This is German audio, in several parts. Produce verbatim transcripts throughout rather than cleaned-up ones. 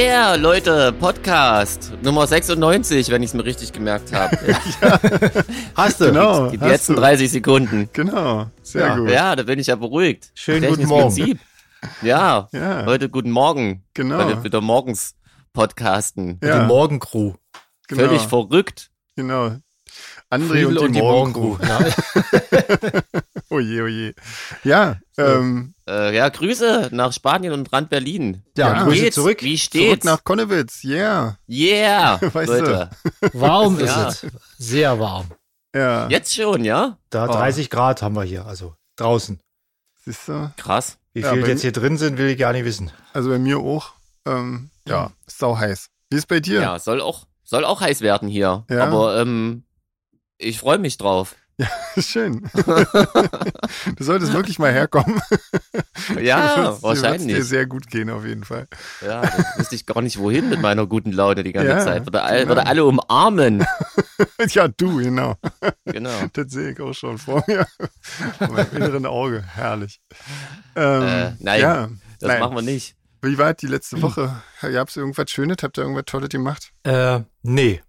Yeah, Leute, Podcast Nummer sechsundneunzig, wenn ich es mir richtig gemerkt habe. Ja. Hast du. Genau. Die, die letzten du. dreißig Sekunden. Genau, sehr ja, gut. Ja, da bin ich ja beruhigt. Schönen guten Morgen. Prinzip. Ja, ja, Leute, guten Morgen. Genau. Weil wir wieder morgens podcasten. Ja. Die Morgencrew. Genau. Völlig verrückt. Genau. André und die, und die Morgencrew. Morgencrew. Oje, oje. Ja, so. ähm. Äh, ja, Grüße nach Spanien und Rand Berlin. Ja, ja. Grüße geht's? zurück. Wie steht's? Zurück nach Konnewitz, yeah. Yeah, weißt Leute. Du? Warm ist ja. es. Sehr warm. Ja. Jetzt schon, ja? Da oh. dreißig Grad haben wir hier, also draußen. Siehst du? Krass. Wie ja, viel jetzt hier drin sind, will ich gar nicht wissen. Also bei mir auch. Ähm, ja, Mhm. ist sau heiß. Wie ist bei dir? Ja, soll auch, soll auch heiß werden hier. Ja. Aber ähm, ich freue mich drauf. Ja, schön. Du solltest wirklich mal herkommen. Ja, Dir wird's wahrscheinlich. dir sehr gut gehen auf jeden Fall. Ja, da wüsste ich gar nicht wohin mit meiner guten Laune die ganze Ja, Zeit. Würde, all, genau. würde alle umarmen. Ja, du, genau. Genau. Das sehe ich auch schon vor mir. Vor meinem inneren Auge. Herrlich. Ähm, Äh, nein, ja, das nein. machen wir nicht. Wie war die letzte Woche? Habt ihr irgendwas Schönes? Habt ihr irgendwas Tolles gemacht? Äh, nee.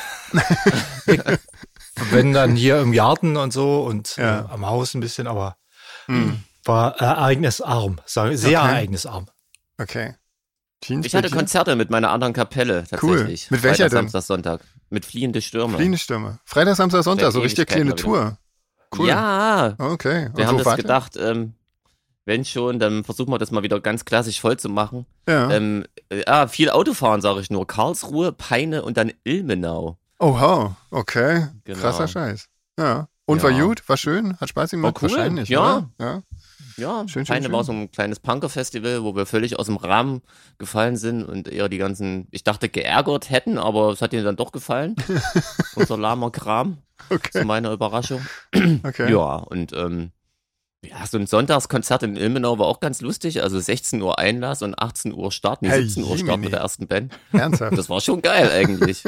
Wenn dann hier im Garten und so und Ja. äh, am Haus ein bisschen, aber Hm. war äh, ereignisarm. Sag, sehr Okay. ereignisarm. Okay. Teens Ich hatte bei dir? Konzerte mit meiner anderen Kapelle tatsächlich. Mit welcher Freitag, denn? Samstag, Sonntag. Mit Fliehende Stürme. Fliehende Stürme. Freitag, Samstag, Sonntag, Seit so richtig Ewigkeiten kleine Tour. Cool. Ja, Okay. Und wir haben wo das wart ihr? gedacht, ähm, wenn schon, dann versuchen wir das mal wieder ganz klassisch voll zu machen. Ja. Ähm, äh, ah, viel Autofahren, sage ich nur. Karlsruhe, Peine und dann Ilmenau. Oha, okay. Genau. Krasser Scheiß. Ja. Und Ja. war gut? War schön? Hat Spaß gemacht? War cool. Wahrscheinlich, Ja. oder? Ja. Ja, Schön, schön, Peine schön. war so ein kleines Punker-Festival, wo wir völlig aus dem Rahmen gefallen sind und eher die ganzen, ich dachte, geärgert hätten, aber es hat ihnen dann doch gefallen. Unser lahmer Kram, zu Okay. meiner Überraschung. Okay. Ja, und ähm, ja, so ein Sonntagskonzert in Ilmenau war auch ganz lustig. Also sechzehn Uhr Einlass und achtzehn Uhr Start, nee, Hey, siebzehn Uhr Start Jemini. mit der ersten Band. Ernsthaft. Das war schon geil eigentlich.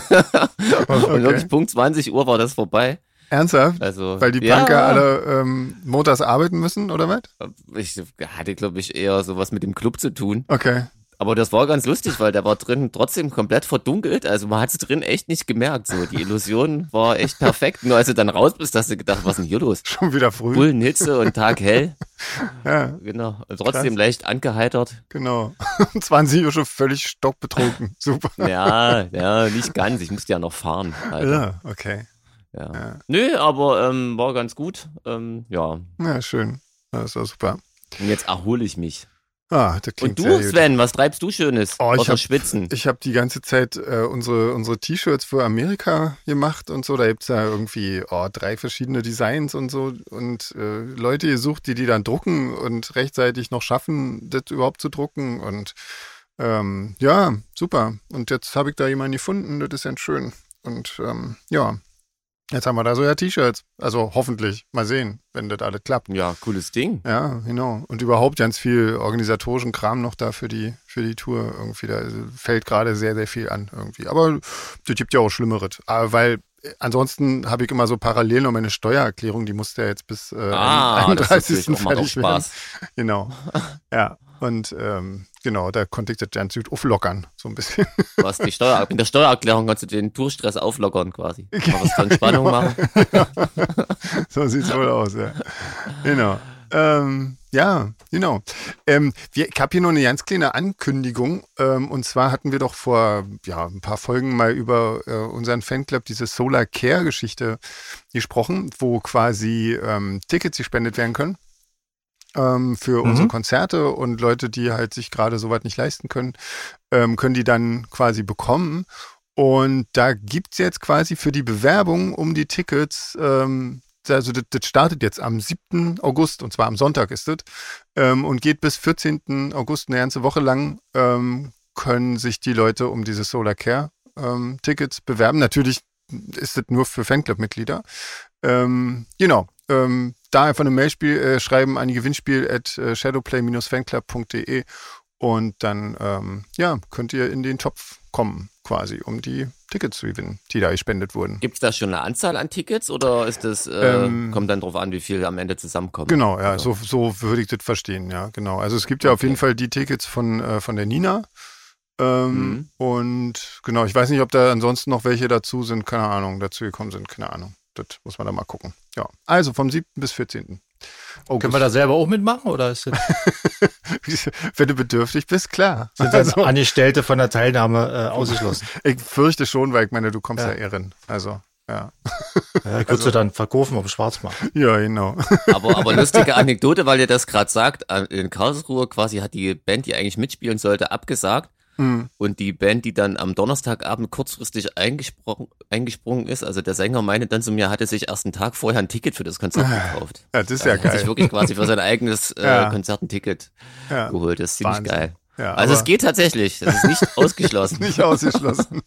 Und Okay. wirklich Punkt zwanzig Uhr war das vorbei. Ernsthaft? Also, Weil die ja, Punker alle ähm, montags arbeiten müssen, oder was? Ich hatte, glaube ich, eher sowas mit dem Club zu tun. Okay. Aber das war ganz lustig, weil der war drin trotzdem komplett verdunkelt. Also man hat es drin echt nicht gemerkt. So, die Illusion war echt perfekt. Nur als du dann raus bist, hast du gedacht, was ist denn hier los? Schon wieder früh. Bullenhitze und Tag hell. Ja, Genau. Und trotzdem Krass. leicht angeheitert. genau. Um zwanzig Uhr schon völlig stockbetrunken. Super. Ja, ja, nicht ganz. Ich musste ja noch fahren. Alter. Ja, okay. Ja. Ja. Nö, aber ähm, war ganz gut. Ähm, ja. Ja, schön. Das war super. Und jetzt erhole ich mich. Ah, das klingt Und sehr du, gut. Sven, was treibst du Schönes? Oh, ich Außer hab- Schwitzen. Ich habe die ganze Zeit äh, unsere, unsere T-Shirts für Amerika gemacht und so. Da gibt's ja irgendwie oh, drei verschiedene Designs und so. Und äh, Leute gesucht, die die dann drucken und rechtzeitig noch schaffen, das überhaupt zu drucken. Und ähm, ja, super. Und jetzt habe ich da jemanden gefunden, das ist ja schön. Und ähm, ja, jetzt haben wir da so ja T-Shirts. Also hoffentlich. Mal sehen, wenn das alles klappt. Ja, cooles Ding. Ja, genau. Und überhaupt ganz viel organisatorischen Kram noch da für die, für die Tour irgendwie. Da fällt gerade sehr, sehr viel an irgendwie. Aber das gibt ja auch Schlimmeres. Aber weil äh, ansonsten habe ich immer so parallel noch meine Steuererklärung, die musste ja jetzt bis äh, Ah, das ist natürlich einunddreißigsten auch, macht auch fertig werden. Spaß. Genau. Ja. Und ähm, genau, da konnte ich das ganz gut auflockern, so ein bisschen. Du hast die Steuer, mit der Steuererklärung kannst du den Tourstress auflockern quasi. Mal was zur Entspannung Genau. machen. So sieht's wohl aus, ja. Genau. Ähm, ja, genau. Ähm, wir, ich habe hier noch eine ganz kleine Ankündigung. Ähm, und zwar hatten wir doch vor ja, ein paar Folgen mal über äh, unseren Fanclub, diese Solar Care-Geschichte gesprochen, wo quasi ähm, Tickets gespendet werden können ähm, für Mhm. unsere Konzerte, und Leute, die halt sich gerade sowas nicht leisten können, ähm, können die dann quasi bekommen. Und da gibt's jetzt quasi für die Bewerbung um die Tickets, ähm, also das, das startet jetzt am siebten August, und zwar am Sonntag ist das, ähm, und geht bis vierzehnten August eine ganze Woche lang, ähm, können sich die Leute um diese Solar Care ähm, Tickets bewerben. Natürlich ist das nur für Fanclub-Mitglieder. Ähm, genau. Ähm, da einfach eine Mail spiel, äh, schreiben an die Gewinnspiel at äh, shadowplay fanclub punkt de, und dann ähm, ja, könnt ihr in den Topf kommen, quasi, um die Tickets zu gewinnen, die da gespendet wurden. Gibt es da schon eine Anzahl an Tickets oder ist das, äh, Ähm, kommt dann drauf an, wie viel am Ende zusammenkommen? Genau, ja, Also, so, so würde ich das verstehen, ja, genau. Also es gibt ja auf Okay. jeden Fall die Tickets von, äh, von der Nina, Ähm, Mhm. Und genau, ich weiß nicht, ob da ansonsten noch welche dazu sind, keine Ahnung, dazu gekommen sind, keine Ahnung. Das muss man da mal gucken. Ja, also vom siebten bis vierzehnten August. Können wir da selber auch mitmachen oder ist das, Wenn du bedürftig bist, klar. sind dann Also, Angestellte von der Teilnahme äh, ausgeschlossen? ich fürchte schon, weil ich meine, du kommst ja, Ja. eher rein. Also, ja. Ja, ich würde sie dann verkaufen auf dem Schwarzmarkt. Ja, genau. Aber, aber lustige Anekdote, weil ihr das gerade sagt, äh, in Karlsruhe quasi hat die Band, die eigentlich mitspielen sollte, abgesagt. Hm. Und die Band, die dann am Donnerstagabend kurzfristig eingesprungen, eingesprungen ist, also der Sänger meinte dann zu mir, hatte sich erst einen Tag vorher ein Ticket für das Konzert gekauft. Ja, das ist ja Also er hat sich geil. wirklich quasi für sein eigenes äh, Ja. Konzert ein Ticket Ja. geholt. Das ist ziemlich Wahnsinn. geil. Ja, Also aber es geht tatsächlich, es ist nicht ausgeschlossen. nicht ausgeschlossen.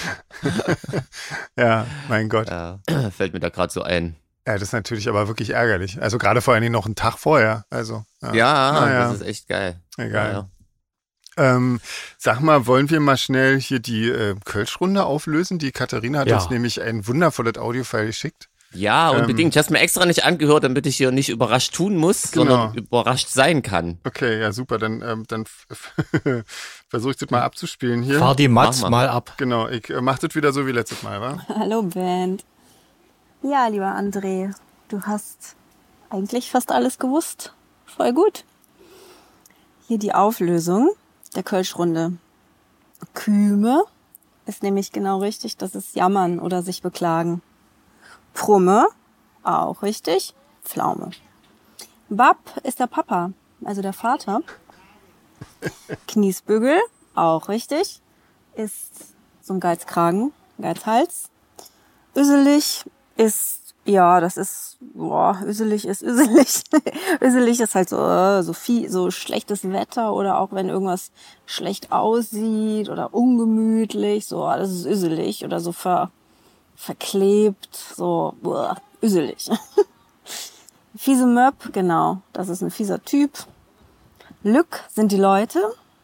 Ja, mein Gott. Ja, fällt mir da gerade so ein. Ja, das ist natürlich aber wirklich ärgerlich. Also gerade vor allen Dingen noch einen Tag vorher. Also, ja. Ja, Naja. das ist echt geil. Egal. Ja, ja. Ähm, sag mal, wollen wir mal schnell hier die äh, Kölsch-Runde auflösen? Die Katharina hat Ja. uns nämlich ein wundervolles Audiofile geschickt. Ja, Ähm, unbedingt. Ich habe es mir extra nicht angehört, damit ich hier nicht überrascht tun muss, Genau. sondern überrascht sein kann. Okay, ja super, dann, ähm, dann versuche ich das mal abzuspielen hier. Fahr die Mats Mach mal. mal ab. Genau, ich äh, mach das wieder so wie letztes Mal, wa? Hallo Band. Ja, lieber André, du hast eigentlich fast alles gewusst. Voll gut. Hier die Auflösung der Kölsch-Runde. Küme ist nämlich genau richtig, das ist jammern oder sich beklagen. Prumme, auch richtig, Pflaume. Bab ist der Papa, also der Vater. Kniesbügel, auch richtig, ist so ein Geizkragen, Geizhals. Öselig ist, ja, das ist, boah, öselig ist öselig. Öselig ist halt so, äh, so viel, so schlechtes Wetter oder auch wenn irgendwas schlecht aussieht oder ungemütlich, so, das ist öselig oder so ver, verklebt, so, boah, öselig. Fiese Möb, genau, das ist ein fieser Typ. Lück sind die Leute.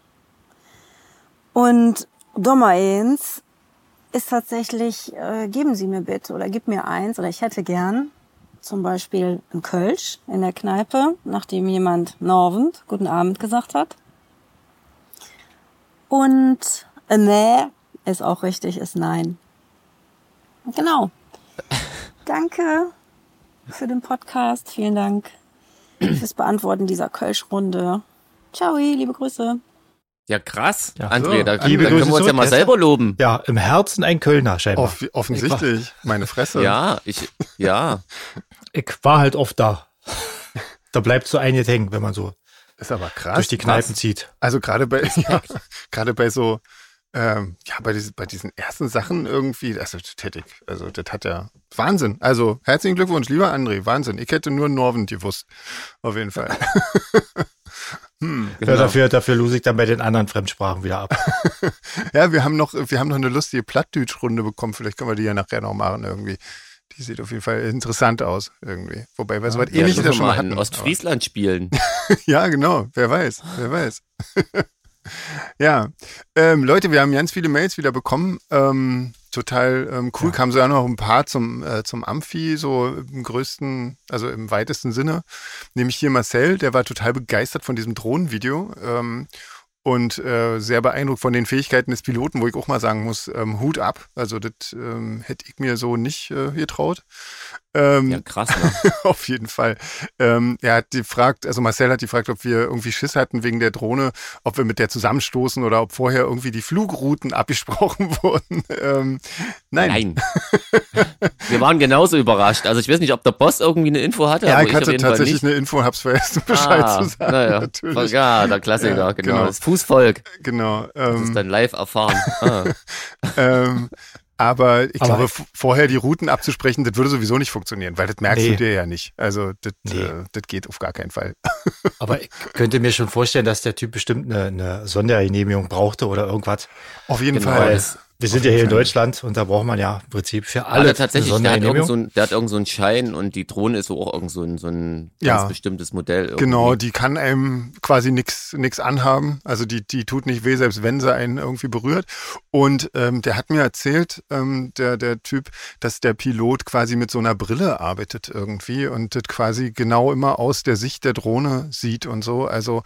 Und Dommerens ist tatsächlich, äh, geben Sie mir bitte oder gib mir eins oder ich hätte gern zum Beispiel ein Kölsch in der Kneipe, nachdem jemand Norwend guten Abend gesagt hat. Und äh, nee ist auch richtig, ist nein. Genau. Danke für den Podcast. Vielen Dank fürs Beantworten dieser Kölsch-Runde. Ciao, liebe Grüße. Ja, krass. Ja. André, So, da, liebe da können Grüße wir uns ja mal zurück. selber loben. Ja, im Herzen ein Kölner scheinbar. Off offensichtlich, meine Fresse. Ja, ich, ja. Ich war halt oft da. Da bleibt so einiges hängen, wenn man so Ist aber krass. durch die Kneipen Was? zieht. Also gerade bei, ja, gerade bei so, ähm, ja, bei diesen, bei diesen ersten Sachen irgendwie, also das hätte ich, also das hat ja Wahnsinn. Also herzlichen Glückwunsch, lieber André, Wahnsinn. Ich hätte nur Norwend gewusst, auf jeden Fall. hm. Genau. Ja, dafür, dafür lose ich dann bei den anderen Fremdsprachen wieder ab. Ja, wir haben noch, wir haben noch eine lustige Plattdeutsch-Runde bekommen. Vielleicht können wir die ja nachher noch machen irgendwie. Die sieht auf jeden Fall interessant aus irgendwie. Wobei wir so was Ja, ähnliches ja müssen wir schon mal mal hatten. in Ostfriesland spielen. Aber, ja, genau. Wer weiß, wer weiß. Ja, ähm, Leute, wir haben ganz viele Mails wieder bekommen. Ähm, total ähm, cool. Ja. Kamen sogar noch ein paar zum, äh, zum Amphi, so im größten, also im weitesten Sinne. Nämlich hier Marcel, der war total begeistert von diesem Drohnenvideo. Ähm, und äh, sehr beeindruckt von den Fähigkeiten des Piloten, wo ich auch mal sagen muss, ähm, Hut ab. Also das ähm, hätte ich mir so nicht äh, getraut. Ähm, Ja, krass, ne? Auf jeden Fall. Ähm, er hat gefragt, also Marcel hat gefragt, ob wir irgendwie Schiss hatten wegen der Drohne, ob wir mit der zusammenstoßen oder ob vorher irgendwie die Flugrouten abgesprochen wurden. Ähm, nein. Nein. Wir waren genauso überrascht. Also ich weiß nicht, ob der Boss irgendwie eine Info hatte, Ja, aber ich ich auf hatte jeden Fall tatsächlich nicht. eine Info und hab's vergessen, Bescheid ah, zu sagen. naja. Natürlich. Ja, der Klassiker, Ja, genau. genau. Das Fußvolk. Genau. Das Ähm, ist dann live erfahren. Ah. ähm, aber ich Aber- glaube, f- vorher die Routen abzusprechen, das würde sowieso nicht funktionieren, weil das merkst Nee. du dir ja nicht. Also das, Nee. äh, das geht auf gar keinen Fall. Aber ich könnte mir schon vorstellen, dass der Typ bestimmt eine, eine Sondergenehmigung brauchte oder irgendwas. Auf jeden Genau, Fall. das- Wir sind ja hier in Deutschland und da braucht man ja im Prinzip für Aber alle tatsächlich, eine der hat, irgend Sondergenehmigung. so ein, der hat irgend so einen Schein und die Drohne ist so auch irgend so ein, so ein Ja. ganz bestimmtes Modell. Irgendwie. Genau, die kann einem quasi nix nix anhaben. Also die, die tut nicht weh, selbst wenn sie einen irgendwie berührt. Und ähm, der hat mir erzählt, ähm, der, der Typ, dass der Pilot quasi mit so einer Brille arbeitet irgendwie und das quasi genau immer aus der Sicht der Drohne sieht und so. Also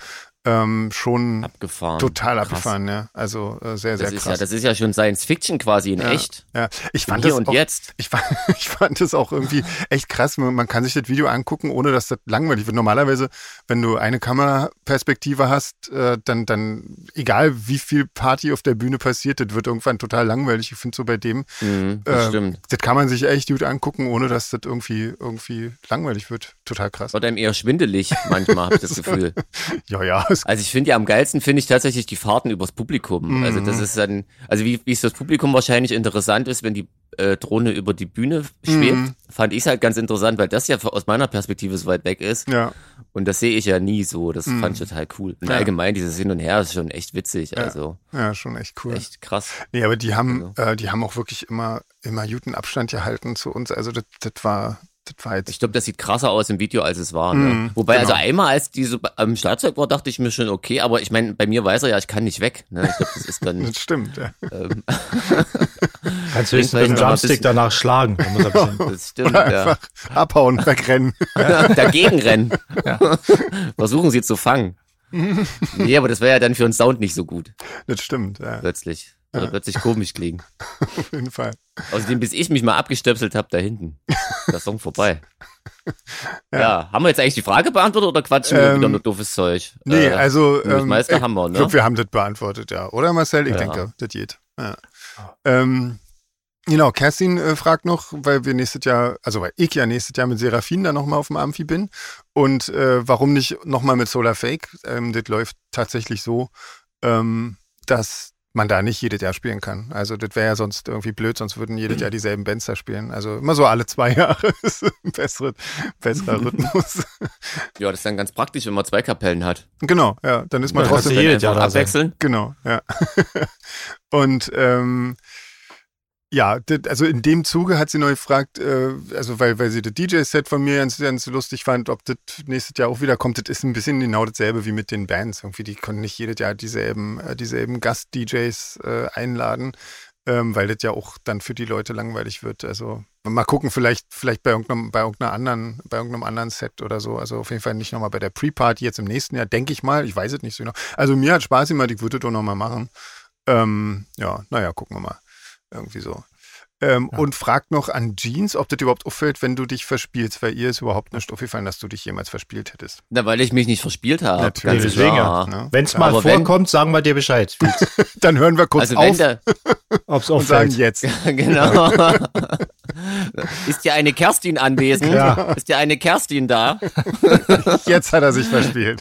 ähm, schon Abgefahren. total Krass. abgefahren, ja. Also äh, sehr, sehr Das ist krass. ja, das ist ja schon Science Fiction quasi in Ja, echt. Ja, ich fand Hier das und auch, jetzt. Ich fand, ich fand das auch irgendwie echt krass. Man man kann sich das Video angucken, ohne dass das langweilig wird. Normalerweise, wenn du eine Kameraperspektive hast, äh, dann, dann, egal wie viel Party auf der Bühne passiert, das wird irgendwann total langweilig. Ich finde so bei dem, Mhm, das äh, stimmt. das kann man sich echt gut angucken, ohne dass das irgendwie, irgendwie langweilig wird. Total krass. Wird einem eher schwindelig manchmal, habe ich das Gefühl. Ja, ja. Es, Also ich finde ja am geilsten finde ich tatsächlich die Fahrten übers Publikum. Mhm. Also das ist dann, also wie, wie es das Publikum wahrscheinlich interessant ist, wenn die äh, Drohne über die Bühne schwebt, Mhm. fand ich es halt ganz interessant, weil das ja aus meiner Perspektive so weit weg ist. ja, Und das sehe ich ja nie so. Das Mhm. fand ich total cool. Und Ja. allgemein dieses Hin und Her ist schon echt witzig. Ja. Also ja, schon echt cool. echt krass. Nee, aber die haben, Also. äh, die haben auch wirklich immer, immer guten Abstand gehalten zu uns. Also das, das war, das war jetzt. Ich glaube, das sieht krasser aus im Video, als es war. Ne? Mhm, Wobei, genau. also einmal, als die so am Schlagzeug war, dachte ich mir schon, okay, aber ich meine, bei mir weiß er ja, ich kann nicht weg. Ne? Ich glaube, das ist dann. Das stimmt, ja. ähm, Kannst du Klingt höchstens mit dem vielleicht noch mal ein Drumstick bisschen- danach schlagen. Da muss er ein bisschen das stimmt, Oder ja. einfach abhauen, wegrennen. Dagegen rennen. Versuchen sie zu fangen. Nee, aber das wäre ja dann für einen Sound nicht so gut, Das stimmt, ja, plötzlich. Oder plötzlich komisch klingen. auf jeden Fall. Außerdem, bis ich mich mal abgestöpselt habe, da hinten. Der Song vorbei. Ja. haben wir jetzt eigentlich die Frage beantwortet oder quatschen wir Ähm, wieder nur doofes Zeug? Nee, Äh, also das ähm, meiste ich haben wir, ne? glaube, wir haben das beantwortet, ja. Oder Marcel? Ich Ja. denke, das geht. Ja. Ähm, genau, Kerstin äh, fragt noch, weil wir nächstes Jahr, also weil ich ja nächstes Jahr mit Seraphin dann nochmal auf dem Amphi bin und äh, warum nicht nochmal mit Solar Fake? Ähm, das läuft tatsächlich so, ähm, dass man da nicht jedes Jahr spielen kann. Also das wäre ja sonst irgendwie blöd, sonst würden jedes Jahr dieselben Bands da spielen. Also immer so alle zwei Jahre ist ein bessere, besserer Rhythmus. Ja, das ist dann ganz praktisch, wenn man zwei Kapellen hat. Genau, ja, dann ist man Ja, trotzdem... kannst du jedes Jahr Einfach da sein. abwechseln. Genau, ja. Und ähm, ja, das, also in dem Zuge hat sie noch gefragt, äh, also weil, weil sie das D J-Set von mir ganz, ganz lustig fand, ob das nächstes Jahr auch wieder kommt. Das ist ein bisschen genau dasselbe wie mit den Bands. Irgendwie, die können nicht jedes Jahr dieselben, äh, dieselben Gast-D Js äh, einladen, ähm, weil das ja auch dann für die Leute langweilig wird. Also mal gucken, vielleicht, vielleicht bei irgendeinem, bei irgendeiner anderen, bei irgendeinem anderen Set oder so. Also auf jeden Fall nicht nochmal bei der Pre-Party jetzt im nächsten Jahr, denke ich mal. Ich weiß es nicht so genau. Also mir hat Spaß gemacht, ich würde das auch nochmal machen. Ähm, ja, naja, gucken wir mal. Irgendwie so. Ähm, Ja. Und fragt noch an Jeans, ob das überhaupt auffällt, wenn du dich verspielst, weil ihr ist überhaupt nicht aufgefallen, dass du dich jemals verspielt hättest. Na, weil ich mich nicht verspielt habe. Natürlich. Ganz Deswegen klar. Ne? Wenn es Ja, mal aber wenn- vorkommt, sagen wir dir Bescheid, Dann hören wir kurz Also wenn auf der, ob es und sagen auffällt. jetzt. genau. Ist ja eine Kerstin anwesend? Ja. Ist ja eine Kerstin da? Jetzt hat er sich verspielt.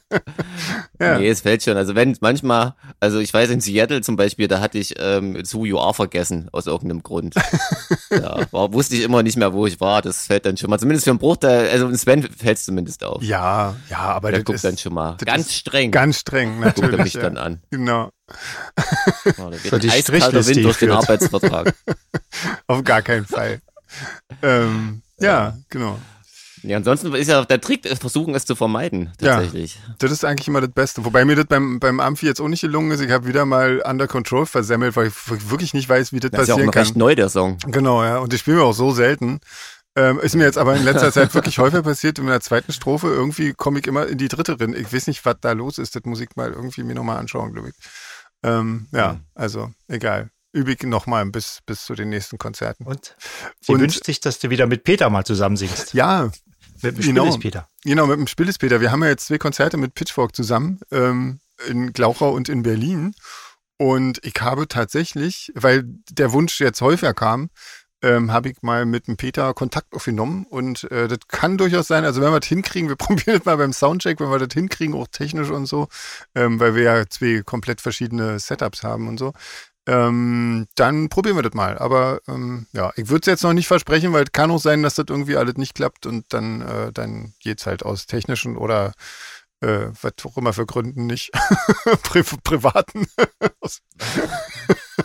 Ja. Nee, es fällt schon. Also wenn manchmal, also ich weiß in Seattle zum Beispiel, da hatte ich ähm, Who You Are vergessen, aus irgendeinem Grund. Ja, war, wusste ich immer nicht mehr, wo ich war. Das fällt dann schon mal, zumindest für einen Bruchteil, also Sven fällt es zumindest auf. Ja, ja, aber Der das guckt ist dann schon mal. das Ganz ist streng. ganz streng, guckt er natürlich. mich ja. dann an. Genau, Ja, da So geht die ein eiskalter Strichliste Wind durch den führt. Arbeitsvertrag. auf gar keinen Fall. ähm, ja, genau. Ja, ansonsten ist ja der Trick, versuchen es zu vermeiden, Ja. tatsächlich. Das ist eigentlich immer das Beste. Wobei mir das beim, beim Amphi jetzt auch nicht gelungen ist. Ich habe wieder mal Under Control versemmelt, weil ich wirklich nicht weiß, wie das, Das ist ja auch passieren noch kann. recht neu, der Song. Genau, ja. Und ich spiele mir auch so selten. Ähm, ist mir jetzt aber in letzter Zeit wirklich häufiger passiert. In der zweiten Strophe irgendwie komme ich immer in die dritte drin. Ich weiß nicht, was da los ist. Das muss ich mal irgendwie mir nochmal anschauen, glaube ich. Ähm, ja, Mhm. also egal. Übe ich nochmal bis, bis zu den nächsten Konzerten. Und sie Und- wünscht sich, dass du wieder mit Peter mal zusammen singst. Ja, Mit dem genau. Spillis Peter. genau, mit dem Spillis-Peter. Wir haben ja jetzt zwei Konzerte mit Pitchfork zusammen, ähm, in Glauchau und in Berlin. Und ich habe tatsächlich, weil der Wunsch jetzt häufiger kam, ähm, habe ich mal mit dem Peter Kontakt aufgenommen. Und äh, das kann durchaus sein, also wenn wir das hinkriegen, wir probieren das mal beim Soundcheck, wenn wir das hinkriegen, auch technisch und so, ähm, weil wir ja zwei komplett verschiedene Setups haben und so. Ähm, dann probieren wir das mal. Aber ähm, ja, ich würde es jetzt noch nicht versprechen, weil es kann auch sein, dass das irgendwie alles nicht klappt und dann, äh, dann geht's halt aus technischen oder äh, was auch immer für Gründen nicht. Pri privaten. aus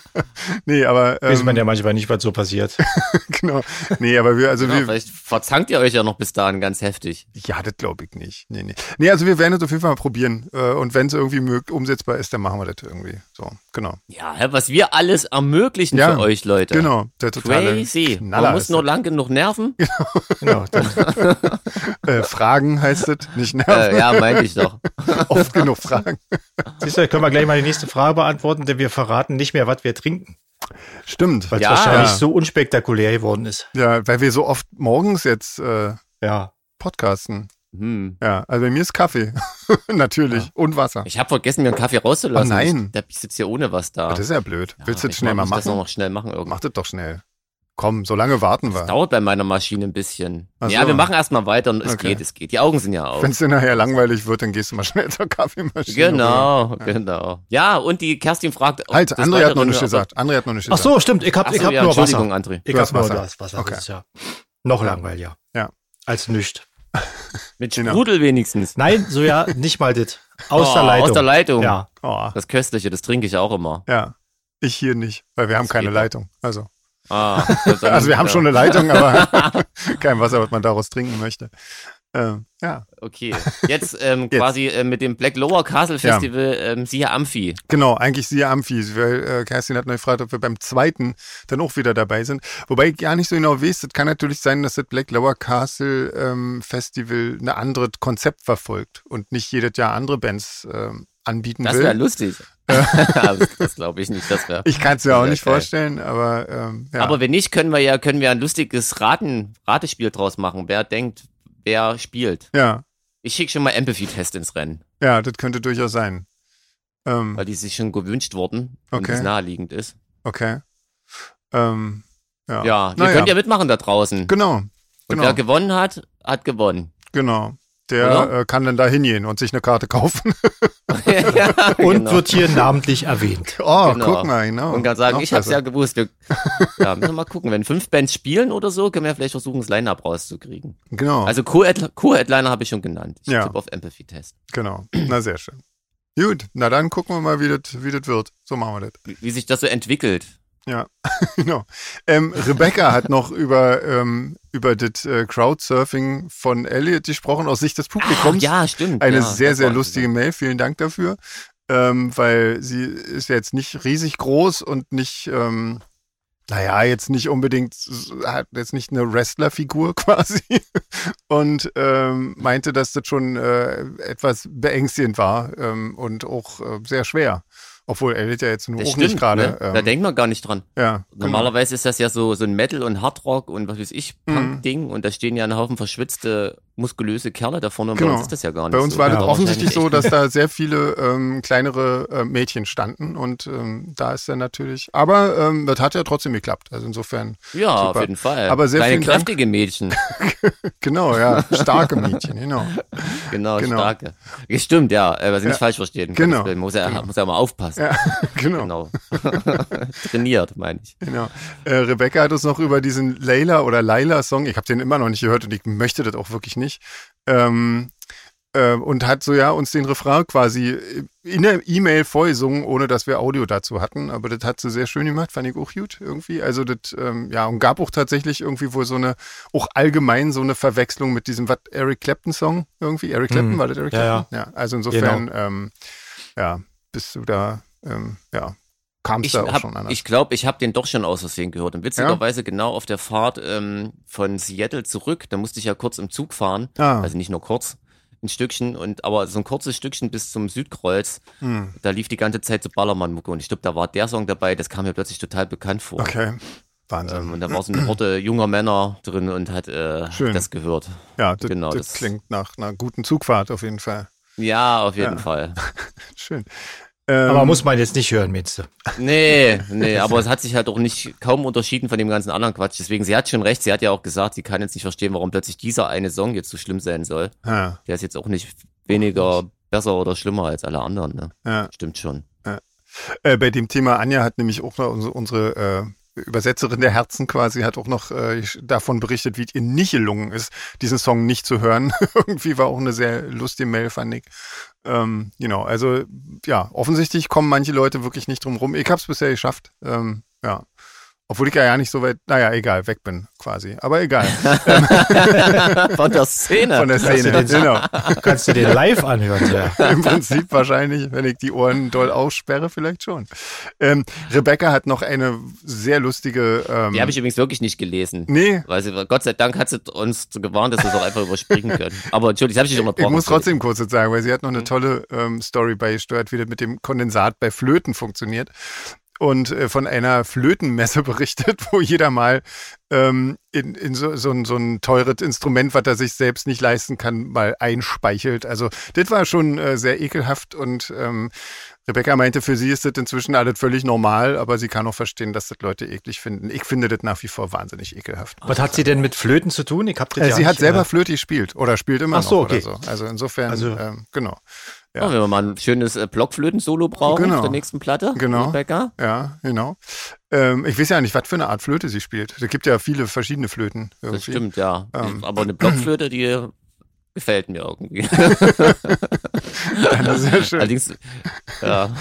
Nee, aber. Ähm, Weiß man ja manchmal nicht, was so passiert. Genau. Nee, aber wir, also Ja, wir. vielleicht verzankt ihr euch ja noch bis dahin ganz heftig. Ja, das glaube ich nicht. Nee, nee. Nee, also wir werden es auf jeden Fall mal probieren. Äh, Und wenn es irgendwie mög- umsetzbar ist, dann machen wir das irgendwie. So, genau. Ja, hä, was wir alles ermöglichen Ja, für euch, Leute. Genau. Der totale Crazy. Knaller Man muss ist nur lang genug nerven. Genau. Dann, das. Äh, Fragen heißt es, nicht nerven. Äh, ja, meinte ich doch. Oft genug Fragen. siehst du, können wir gleich mal die nächste Frage beantworten, denn wir verraten nicht mehr, was wir trinken. Stimmt. Weil es Ja. wahrscheinlich Ja. so unspektakulär geworden ist. Ja, weil wir so oft morgens jetzt äh, Ja. podcasten. Hm. Ja, also bei mir ist Kaffee. Natürlich. Ja. Und Wasser. Ich habe vergessen, mir einen Kaffee rauszulassen. Oh nein. Ich, ich sitze hier ohne was da. Das ist ja blöd. Ja, Willst du das ich schnell mal muss das machen? noch schnell machen irgendwann. Mach das doch schnell. Komm, so lange warten Das wir. dauert bei meiner Maschine ein bisschen. Ach Ja, so. wir machen erstmal weiter und es Okay. geht, es geht. Die Augen sind ja auf. Wenn es dir nachher langweilig wird, dann gehst du mal schnell zur Kaffeemaschine. Genau, genau. Ja, und die Kerstin fragt, ob Halt, des André hat noch Weiteren- nicht gesagt. André hat noch nicht Ach gesagt. so, stimmt. Ich hab, Ach ich so, hab ja, nur Entschuldigung, Wasser. André. Ich Du hab hast nur Wasser. das Wasser. Okay. Das ist ja noch langweiliger. Ja. Als nüscht. Mit Genau. Sprudel wenigstens. Nein, so ja, nicht mal das. Aus Oh, der Leitung. Aus der Leitung. Ja. Oh, Das Köstliche, das trinke ich auch immer. ja. Ich hier nicht, weil wir haben Das keine geht Leitung. Also, Ah, dann- also wir haben ja. schon eine Leitung, aber kein Wasser, was man daraus trinken möchte. Ähm, ja, Okay, jetzt ähm, Jetzt. quasi äh, mit dem Black Lower Castle Festival, ähm, siehe Amphi. genau. Eigentlich siehe Amphi, weil äh, Kerstin hat noch gefragt, ob wir beim zweiten dann auch wieder dabei sind. Wobei ich gar nicht so genau weiß, es kann natürlich sein, dass das Black Lower Castle ähm, Festival ein anderes Konzept verfolgt und nicht jedes Jahr andere Bands ähm, anbieten Das will. wäre lustig. Aber das das glaube ich nicht. Das wär, Ich kann es mir auch Sehr nicht geil. vorstellen, aber ähm, ja. Aber wenn nicht, können wir ja können wir ein lustiges Raten, Ratespiel draus machen. Wer denkt, wer spielt. ja, Ich schicke schon mal Empathy-Test ins Rennen, ja, das könnte durchaus sein. Ähm, weil die sich schon gewünscht wurden und Okay. es naheliegend ist. okay. Ähm, ja, Ja, ihr Naja. könnt ja mitmachen da draußen. Genau, Und genau. wer gewonnen hat, hat gewonnen. genau. Der Oder? äh, kann dann da hingehen und sich eine Karte kaufen. ja, Und genau. wird hier namentlich erwähnt. Oh, Genau. guck mal, genau. Und kann sagen, Noch ich hab's besser. ja gewusst. Wir, ja, müssen wir mal gucken. Wenn fünf Bands spielen oder so, können wir vielleicht versuchen, das Line-Up rauszukriegen. Genau, Also Co-Head- Co-Headliner habe ich schon genannt. Ich Ja. tippe auf Empathy-Test. genau. Na, sehr schön. Gut, na dann gucken wir mal, wie das wie das wird. So machen wir das. Wie, wie sich das so entwickelt. Ja, genau. Ähm, Rebecca hat noch über, ähm, über das äh, Crowdsurfing von Elliot gesprochen, aus Sicht des Ach, Publikums. ja, stimmt. Eine ja, sehr, das sehr war lustige Mail. Vielen Dank dafür. Ähm, weil sie ist jetzt nicht riesig groß und nicht, ähm, naja, jetzt nicht unbedingt, hat jetzt nicht eine Wrestlerfigur quasi. Und ähm, meinte, dass das schon äh, etwas beängstigend war ähm, und auch äh, sehr schwer. Obwohl Elliot ja jetzt nur Das auch nicht stimmt, gerade. ne? Da Ähm, denkt man gar nicht dran. ja, genau. Normalerweise ist das ja so, so ein Metal- und Hardrock und was weiß ich, Mhm. Punk-Ding. Und da stehen ja ein Haufen verschwitzte, muskulöse Kerle da vorne. Und Genau. bei uns ist das ja gar nicht Bei uns so. war Ja, das aber offensichtlich so, wahrscheinlich dass da sehr viele ähm, kleinere äh, Mädchen standen und ähm, da ist dann natürlich, aber ähm, das hat ja trotzdem geklappt. Also insofern, echt- Ja, Super. auf jeden Fall. Aber sehr Kleine, vielen Dank. kräftige Mädchen. genau, ja, starke Mädchen, genau. Genau, Genau. starke. Ja, stimmt, ja. äh, Was Sie nicht Ja. falsch verstehen. Genau. Gottes Willen. Muss ja, Genau. muss ja mal aufpassen. Ja, genau. Genau. Trainiert, meine ich. genau. Äh, Rebecca hat uns noch über diesen Layla oder Laila-Song, ich habe den immer noch nicht gehört und ich möchte das auch wirklich nicht, ähm, äh, und hat so ja uns den Refrain quasi in der E-Mail vorgesungen, ohne dass wir Audio dazu hatten. Aber das hat sie sehr schön gemacht, fand ich auch gut irgendwie. Also das, ähm, ja, und gab auch tatsächlich irgendwie wohl so eine, auch allgemein so eine Verwechslung mit diesem, was, Eric Clapton-Song irgendwie? Eric Clapton, Mhm. war das Eric Ja, Clapton? Ja, also insofern, ähm, ja, bist du da, ähm, ja, kam es Ich da auch hab, schon anders. ich glaube, ich habe den doch schon aus Versehen gehört. Und witzigerweise genau auf der Fahrt ähm, von Seattle zurück, da musste ich ja kurz im Zug fahren. ah, Also nicht nur kurz, ein Stückchen, und aber so ein kurzes Stückchen bis zum Südkreuz, hm, da lief die ganze Zeit so Ballermann-Mucke. Und ich glaube, da war der Song dabei, das kam mir plötzlich total bekannt vor. okay, Wahnsinn. Ähm, und da war so eine Horde junger Männer drin und hat äh, Schön. das gehört. Ja, das, Genau, das das- klingt nach einer guten Zugfahrt auf jeden Fall. Ja, auf jeden Ja. Fall. Schön. Ähm, Aber muss man jetzt nicht hören, meinst du? Nee, nee, aber es hat sich halt auch nicht kaum unterschieden von dem ganzen anderen Quatsch. Deswegen, sie hat schon recht, sie hat ja auch gesagt, sie kann jetzt nicht verstehen, warum plötzlich dieser eine Song jetzt so schlimm sein soll. Ja, Der ist jetzt auch nicht weniger besser oder schlimmer als alle anderen, ne? ja. Stimmt schon. Äh, bei dem Thema Anja hat nämlich auch noch unsere, unsere äh, Übersetzerin der Herzen quasi, hat auch noch äh, davon berichtet, wie es ihr nicht gelungen ist, diesen Song nicht zu hören. Irgendwie war auch eine sehr lustige Mail, fand ich. Ähm, genau, also ja, offensichtlich kommen manche Leute wirklich nicht drum rum. Ich habe es bisher geschafft. Ähm, ja. Obwohl ich ja nicht so weit, naja, egal, weg bin quasi. Aber egal. Von der Szene. Von der Szene, Kannst du den, genau. kannst du den live anhören, ja. Im Prinzip wahrscheinlich, wenn ich die Ohren doll aussperre, vielleicht schon. Ähm, Rebecca hat noch eine sehr lustige... Ähm, Die habe ich übrigens wirklich nicht gelesen. Nee. Weil sie, Gott sei Dank hat sie uns gewarnt, dass wir es auch einfach überspringen können. Aber Entschuldigung, das habe ich nicht unterbrochen. Ich muss trotzdem kurz jetzt sagen, weil sie hat noch eine tolle ähm, Story beisteuert, wie das mit dem Kondensat bei Flöten funktioniert. Und äh, von einer Flötenmesse berichtet, wo jeder mal ähm, in, in so, so, ein, so ein teures Instrument, was er sich selbst nicht leisten kann, mal einspeichelt. Also das war schon äh, sehr ekelhaft und ähm, Rebecca meinte, für sie ist das inzwischen alles völlig normal, aber sie kann auch verstehen, dass das Leute eklig finden. Ich finde das nach wie vor wahnsinnig ekelhaft. Was hat sie denn mit Flöten zu tun? Ich hab das äh, ja sie hat nicht, selber äh, Flöte gespielt oder spielt immer Ach so, noch okay. oder so. Also insofern, Also- ähm, genau. Ja. Ja, wenn wir mal ein schönes äh, Blockflöten-Solo brauchen Genau. auf der nächsten Platte. Genau. Rebecca. Ja, genau. Ähm, ich weiß ja nicht, was für eine Art Flöte sie spielt. Es gibt ja viele verschiedene Flöten. Irgendwie. Das stimmt, ja. Ähm. Aber eine Blockflöte, die gefällt mir irgendwie. Das ist ja schön. Allerdings, ja.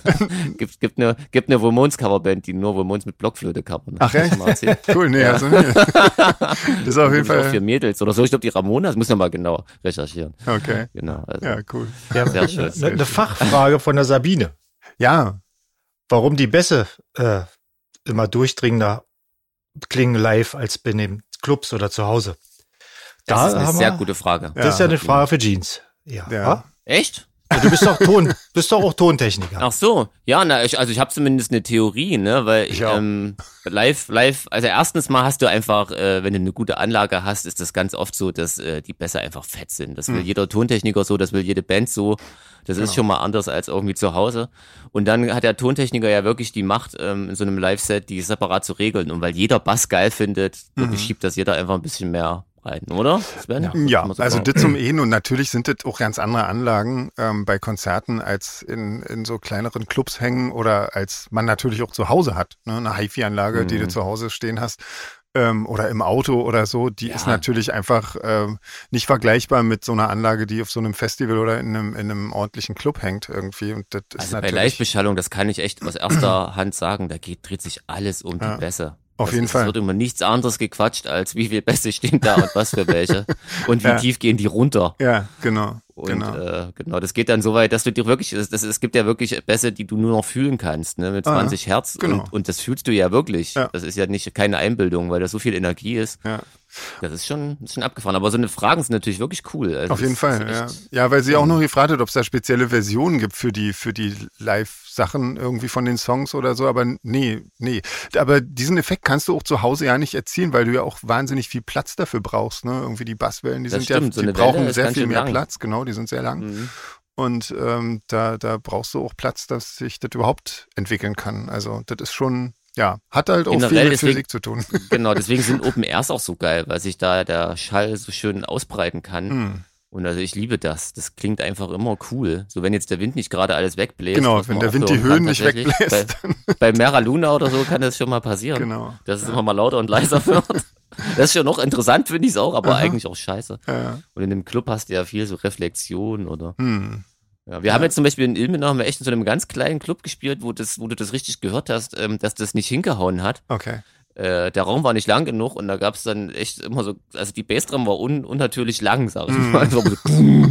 gibt, gibt eine, gibt eine Ramones-Coverband, die nur Ramones mit Blockflöte covern. Ach echt? Mal erzählt. Cool, nee, Ja. also nee. Das ist auf jeden Auch für Fall. Mädels oder so. Ich glaube, die Ramonas, muss man mal genau recherchieren. Okay. Genau. Also. Ja, cool. Ja, Sehr schön. eine, eine Fachfrage von der Sabine. Ja, Warum die Bässe äh, immer durchdringender klingen live als bei den Clubs oder zu Hause? Das Da ist eine haben sehr wir- gute Frage. Das ist ja eine Frage für Jeans. Ja. ja. Echt? Ja, du bist doch Ton, bist doch auch Tontechniker. Ach so, ja, na, ich, also ich habe zumindest eine Theorie, ne, weil Ich auch. ähm, live, live, also erstens mal hast du einfach, äh, wenn du eine gute Anlage hast, ist das ganz oft so, dass äh, die Bässe einfach fett sind. Das will Hm. jeder Tontechniker so, das will jede Band so. Das ist Genau. schon mal anders als irgendwie zu Hause. Und dann hat der Tontechniker ja wirklich die Macht, ähm, in so einem Live-Set die separat zu regeln. Und weil jeder Bass geil findet, wirklich schiebt das jeder einfach ein bisschen mehr rein, oder? Sven? Ja. Ja, Kann man so also sagen. das zum Ehen und natürlich sind das auch ganz andere Anlagen ähm, bei Konzerten, als in, in so kleineren Clubs hängen oder als man natürlich auch zu Hause hat. Ne? Eine Hi-Fi-Anlage, die du Mhm. zu Hause stehen hast ähm, oder im Auto oder so, die Ja. ist natürlich einfach ähm, nicht vergleichbar mit so einer Anlage, die auf so einem Festival oder in einem, in einem ordentlichen Club hängt irgendwie. Und das ist Also bei natürlich Live-Beschallung, das kann ich echt aus erster Hand sagen, da geht, dreht sich alles um Ja. die Bässe. Auf das jeden ist, Fall. Es wird immer nichts anderes gequatscht, als wie viele Bässe stehen da und was für welche. Und wie Ja. tief gehen die runter. Ja, genau. Und genau. äh, genau, das geht dann so weit, dass du dir wirklich, das, das, es gibt ja wirklich Bässe, die du nur noch fühlen kannst, ne, mit Ah, zwanzig Hertz. genau. Und, und das fühlst du ja wirklich. Ja. Das ist ja nicht keine Einbildung, weil da so viel Energie ist. Ja. Das ist schon, das ist schon abgefahren. Aber so eine Fragen sind natürlich wirklich cool. Also Auf jeden das Fall, ist ja. echt- Ja, weil sie auch noch gefragt hat, ob es da spezielle Versionen gibt für die, für die Live-Sachen irgendwie von den Songs oder so, aber nee, nee. Aber diesen Effekt kannst du auch zu Hause ja nicht erzielen, weil du ja auch wahnsinnig viel Platz dafür brauchst, ne? Irgendwie die Basswellen, die Das sind stimmt, ja, so die eine Welle brauchen ist sehr ganz viel schön mehr lang. Platz, genau, die sind sehr lang. Mhm. Und ähm, da, da brauchst du auch Platz, dass sich das überhaupt entwickeln kann. Also das ist schon, ja, hat halt auch Generell viel mit deswegen- Physik zu tun. Genau, deswegen sind Open Airs auch so geil, weil sich da der Schall so schön ausbreiten kann. Hm. Und also ich liebe das. Das klingt einfach immer cool. So wenn jetzt der Wind nicht gerade alles wegbläst. Genau, was wenn man der auch Wind die hören Höhen kann nicht tatsächlich. wegbläst. Bei, bei Mera Luna oder so kann das schon mal passieren. Genau. Dass es immer mal lauter und leiser wird. Das ist schon noch interessant, finde ich es auch, aber Aha. eigentlich auch scheiße. Ja. Und in dem Club hast du ja viel so Reflexion oder. Hm. Ja, wir haben jetzt zum Beispiel in Ilmenau haben wir echt in so einem ganz kleinen Club gespielt, wo das, wo du das richtig gehört hast, ähm, dass das nicht hingehauen hat. Okay. Äh, der Raum war nicht lang genug und da gab es dann echt immer so, also die Bassdrum war un, unnatürlich lang, sag ich mal. Das war so,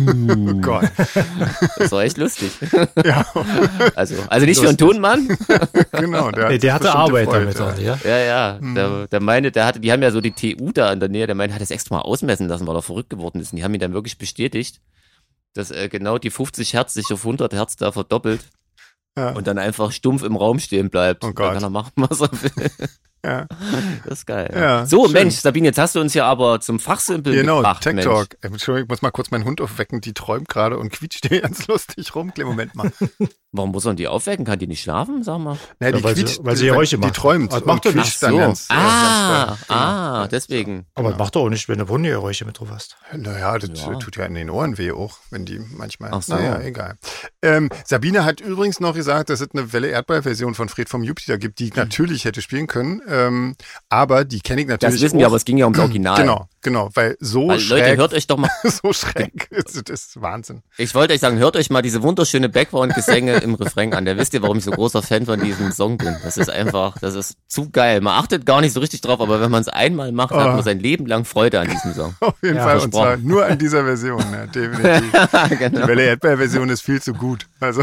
Oh Gott. das war echt lustig. Ja, Also, also nicht für einen Tonmann. genau. Der, Nee, hat der sich hatte bestimmt Arbeit gefreut, damit, ja. auch, ja. Ja, ja. Hm. Der, der meinte, der hatte, die haben ja so die T U da in der Nähe, der meinte, hat das extra mal ausmessen lassen, weil er verrückt geworden ist. Und die haben ihn dann wirklich bestätigt, dass äh, genau die fünfzig Hertz sich auf hundert Hertz da verdoppelt Ja. und dann einfach stumpf im Raum stehen bleibt. Oh Und Gott. dann kann er machen, was er will. Ja. Das ist geil. Ja, so, schön. Mensch, Sabine, jetzt hast du uns ja aber zum Fachsimpeln Genau, gebracht. Tech Mensch. Talk. Äh, Entschuldigung, ich muss mal kurz meinen Hund aufwecken, die träumt gerade und quietscht hier ganz lustig rum. Kleinen Moment mal. Warum muss man die aufwecken? Kann die nicht schlafen, sag mal? Na, die Ja, weil sie- quietscht, weil sie die, Geräusche die macht. träumt Das und macht doch quietscht nichts. dann So. ganz, ah, ja, ganz doll. ah, deswegen. Aber das macht doch auch nicht, wenn du Hundegeräusche mit drauf hast. Naja, das Ja. tut ja in den Ohren weh auch, wenn die manchmal. Ach so. Naja, egal. Ähm, Sabine hat übrigens noch gesagt, dass es eine Welle Erdball-Version von Fred vom Jupiter gibt, die ich natürlich hätte spielen können. Ähm, aber die kenne ich natürlich Das wissen auch. wir, aber es ging ja ums Original. Genau, genau, weil so Weil, schräg, Leute, hört euch doch mal, so schräg ist, das ist Wahnsinn. ich wollte euch sagen, hört euch mal diese wunderschöne Background-Gesänge im Refrain an. Da wisst ihr, warum ich so großer Fan von diesem Song bin. Das ist einfach, das ist zu geil. Man achtet gar nicht so richtig drauf, aber wenn man es einmal macht, Oh. hat man sein Leben lang Freude an diesem Song. Auf jeden Ja, Fall, und zwar versprochen. nur an dieser Version, ja, definitiv. genau. Die Welle Erdbeer-Version ist viel zu gut. Also,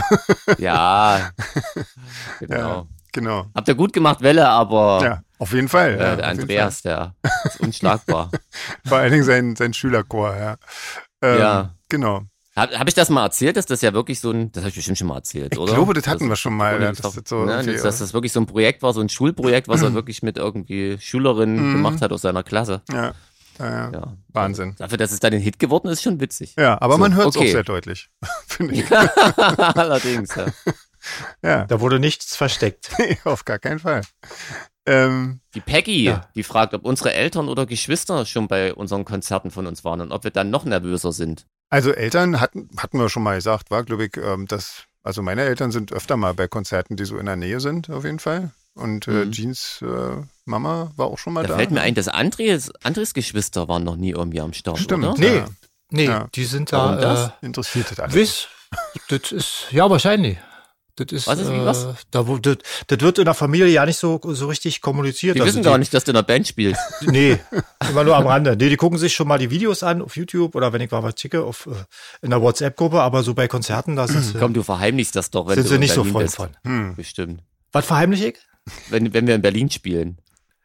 Ja, genau. ja, genau. Habt ihr gut gemacht, Welle, aber Ja, auf jeden Fall. äh, ja, der auf jeden Andreas, der ist unschlagbar. Fall. Vor allen Dingen sein, sein Schülerchor, ja. Ähm, Ja. Genau. Habe hab ich das mal erzählt, dass das ja wirklich so ein, das habe ich bestimmt schon mal erzählt, Ich oder? glaube, das hatten wir schon mal. ohne Ja, das dass doch- das so ne, irgendwie- dass, dass das wirklich so ein Projekt war, so ein Schulprojekt, was er wirklich mit irgendwie Schülerinnen Mhm. gemacht hat aus seiner Klasse. ja, ja, ja. Ja. Wahnsinn. Dafür, dass es dann ein Hit geworden ist, schon witzig. Ja, aber So, man hört es okay. auch sehr deutlich, finde ich. Allerdings, ja. Ja, Da wurde nichts versteckt. nee, auf gar keinen Fall. Ähm, Die Peggy, Ja. die fragt, ob unsere Eltern oder Geschwister schon bei unseren Konzerten von uns waren und ob wir dann noch nervöser sind. also Eltern hatten, hatten wir schon mal gesagt, war, glaube ich, ähm, dass, also meine Eltern sind öfter mal bei Konzerten, die so in der Nähe sind, auf jeden Fall. Und äh, Mhm. Jeans äh, Mama war auch schon mal Da da. fällt mir ein, dass Andres, Andres Geschwister waren noch nie irgendwie am Start, Stimmt. oder? Nee, Ja. nee, Ja. die sind Warum da. das? Äh, Interessiert das alles. Wiss, das ist, ja, wahrscheinlich. Das ist, Was ist wie äh, was? Da, wo, das, das wird in der Familie ja nicht so, so richtig kommuniziert. Die Also wissen gar nicht, dass du in einer Band spielst. Nee, immer nur am Rande. Nee, die gucken sich schon mal die Videos an auf YouTube oder wenn ich mal was schicke, auf, äh, in der WhatsApp-Gruppe, aber so bei Konzerten, da sind sie, Komm, du verheimlichst das doch, wenn sind du sie in nicht so Berlin Freund bist. von. Hm. Bestimmt. Was verheimliche ich? Wenn, wenn wir in Berlin spielen.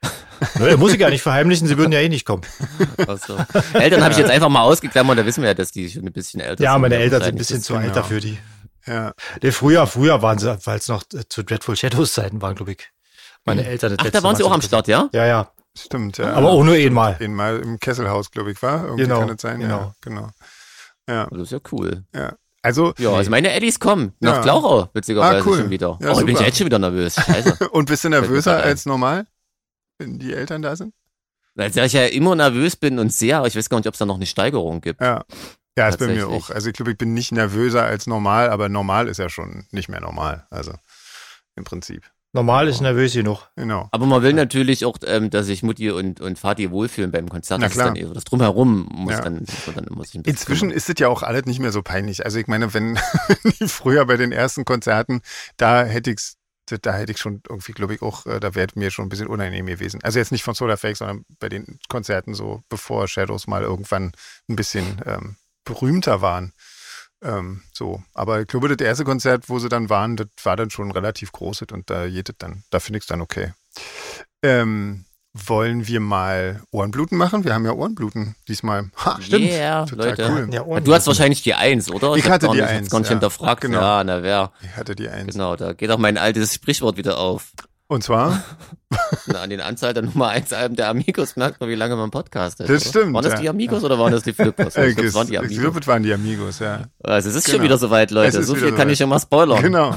Nö, muss ich ja nicht verheimlichen, sie würden ja eh nicht kommen. Also, Eltern habe ich jetzt einfach mal ausgeklammert, da wissen wir ja, dass die schon ein bisschen älter sind. Ja, meine Ja, Eltern sind ein wahrscheinlich bisschen ist- zu alt genau. dafür, die. Ja. Nee, früher, früher waren sie, weil es noch äh, zu Dreadful Shadows Zeiten waren, glaube ich. Meine Eltern. das Ach, letzte da waren sie Mal auch am sind- Start, ja? Ja, ja. Stimmt, ja. Aber auch nur einmal. Einmal im Kesselhaus, glaube ich, war. Irgendwie Genau, kann das sein, ja. genau. Genau. Ja, Das ist ja cool. ja. Also, Ja, also meine Eddies kommen. Nach Ja. Glauchau, witzigerweise Ah, cool. schon wieder. Ja, oh, ich bin super. jetzt schon wieder nervös. Scheiße. und bist du mir nervöser grad ein. als normal, wenn die Eltern da sind? Weil ich ja immer nervös bin und sehr, aber ich weiß gar nicht, ob es da noch eine Steigerung gibt. Ja. Ja, ist bei mir Tatsächlich. auch. Also ich glaube, ich bin nicht nervöser als normal, aber normal ist ja schon nicht mehr normal. Also im Prinzip. Normal ist nervös genug. Genau. Aber man will natürlich auch, ähm, dass sich Mutti und, und Vati wohlfühlen beim Konzert. Na Das ist klar. dann eher das Drumherum muss Ja. dann, muss man dann immer sich ein bisschen Inzwischen kümmern. ist es ja auch alles nicht mehr so peinlich. Also ich meine, wenn die früher bei den ersten Konzerten, da hätte ich's, da hätte ich schon irgendwie, glaube ich, auch, äh, da wäre mir schon ein bisschen unangenehm gewesen. Also jetzt nicht von Solarfake, sondern bei den Konzerten so, bevor Shadows mal irgendwann ein bisschen ähm, berühmter waren. Ähm, so. Aber ich glaube, das erste Konzert, wo sie dann waren, das war dann schon relativ groß und da geht es dann, da finde ich es dann okay. Ähm, wollen wir mal Ohrenbluten machen? Wir haben ja Ohrenbluten diesmal. Ha, stimmt. Yeah, Total Leute. cool. Ja, Du hast wahrscheinlich die Eins, oder? Ich hab hatte gar die nicht, hab's Eins, gar nicht ja. hinterfragt. Genau. Ja, na wer. Ich hatte die Eins. Genau, da geht auch mein altes Sprichwort wieder auf. Und zwar? Na, an den Anzahl der Nummer eins Alben der Amigos merkt man, wie lange man Podcast hat. Das oder? stimmt, Waren das ja. die Amigos oder waren das die Flippers? Äh, Ich glaube, es waren die ich Amigos. glaube, es waren die Amigos, ja. Also es ist Genau. schon wieder soweit, Es Leute. ist So wieder viel kann soweit. ich schon mal spoilern. Genau.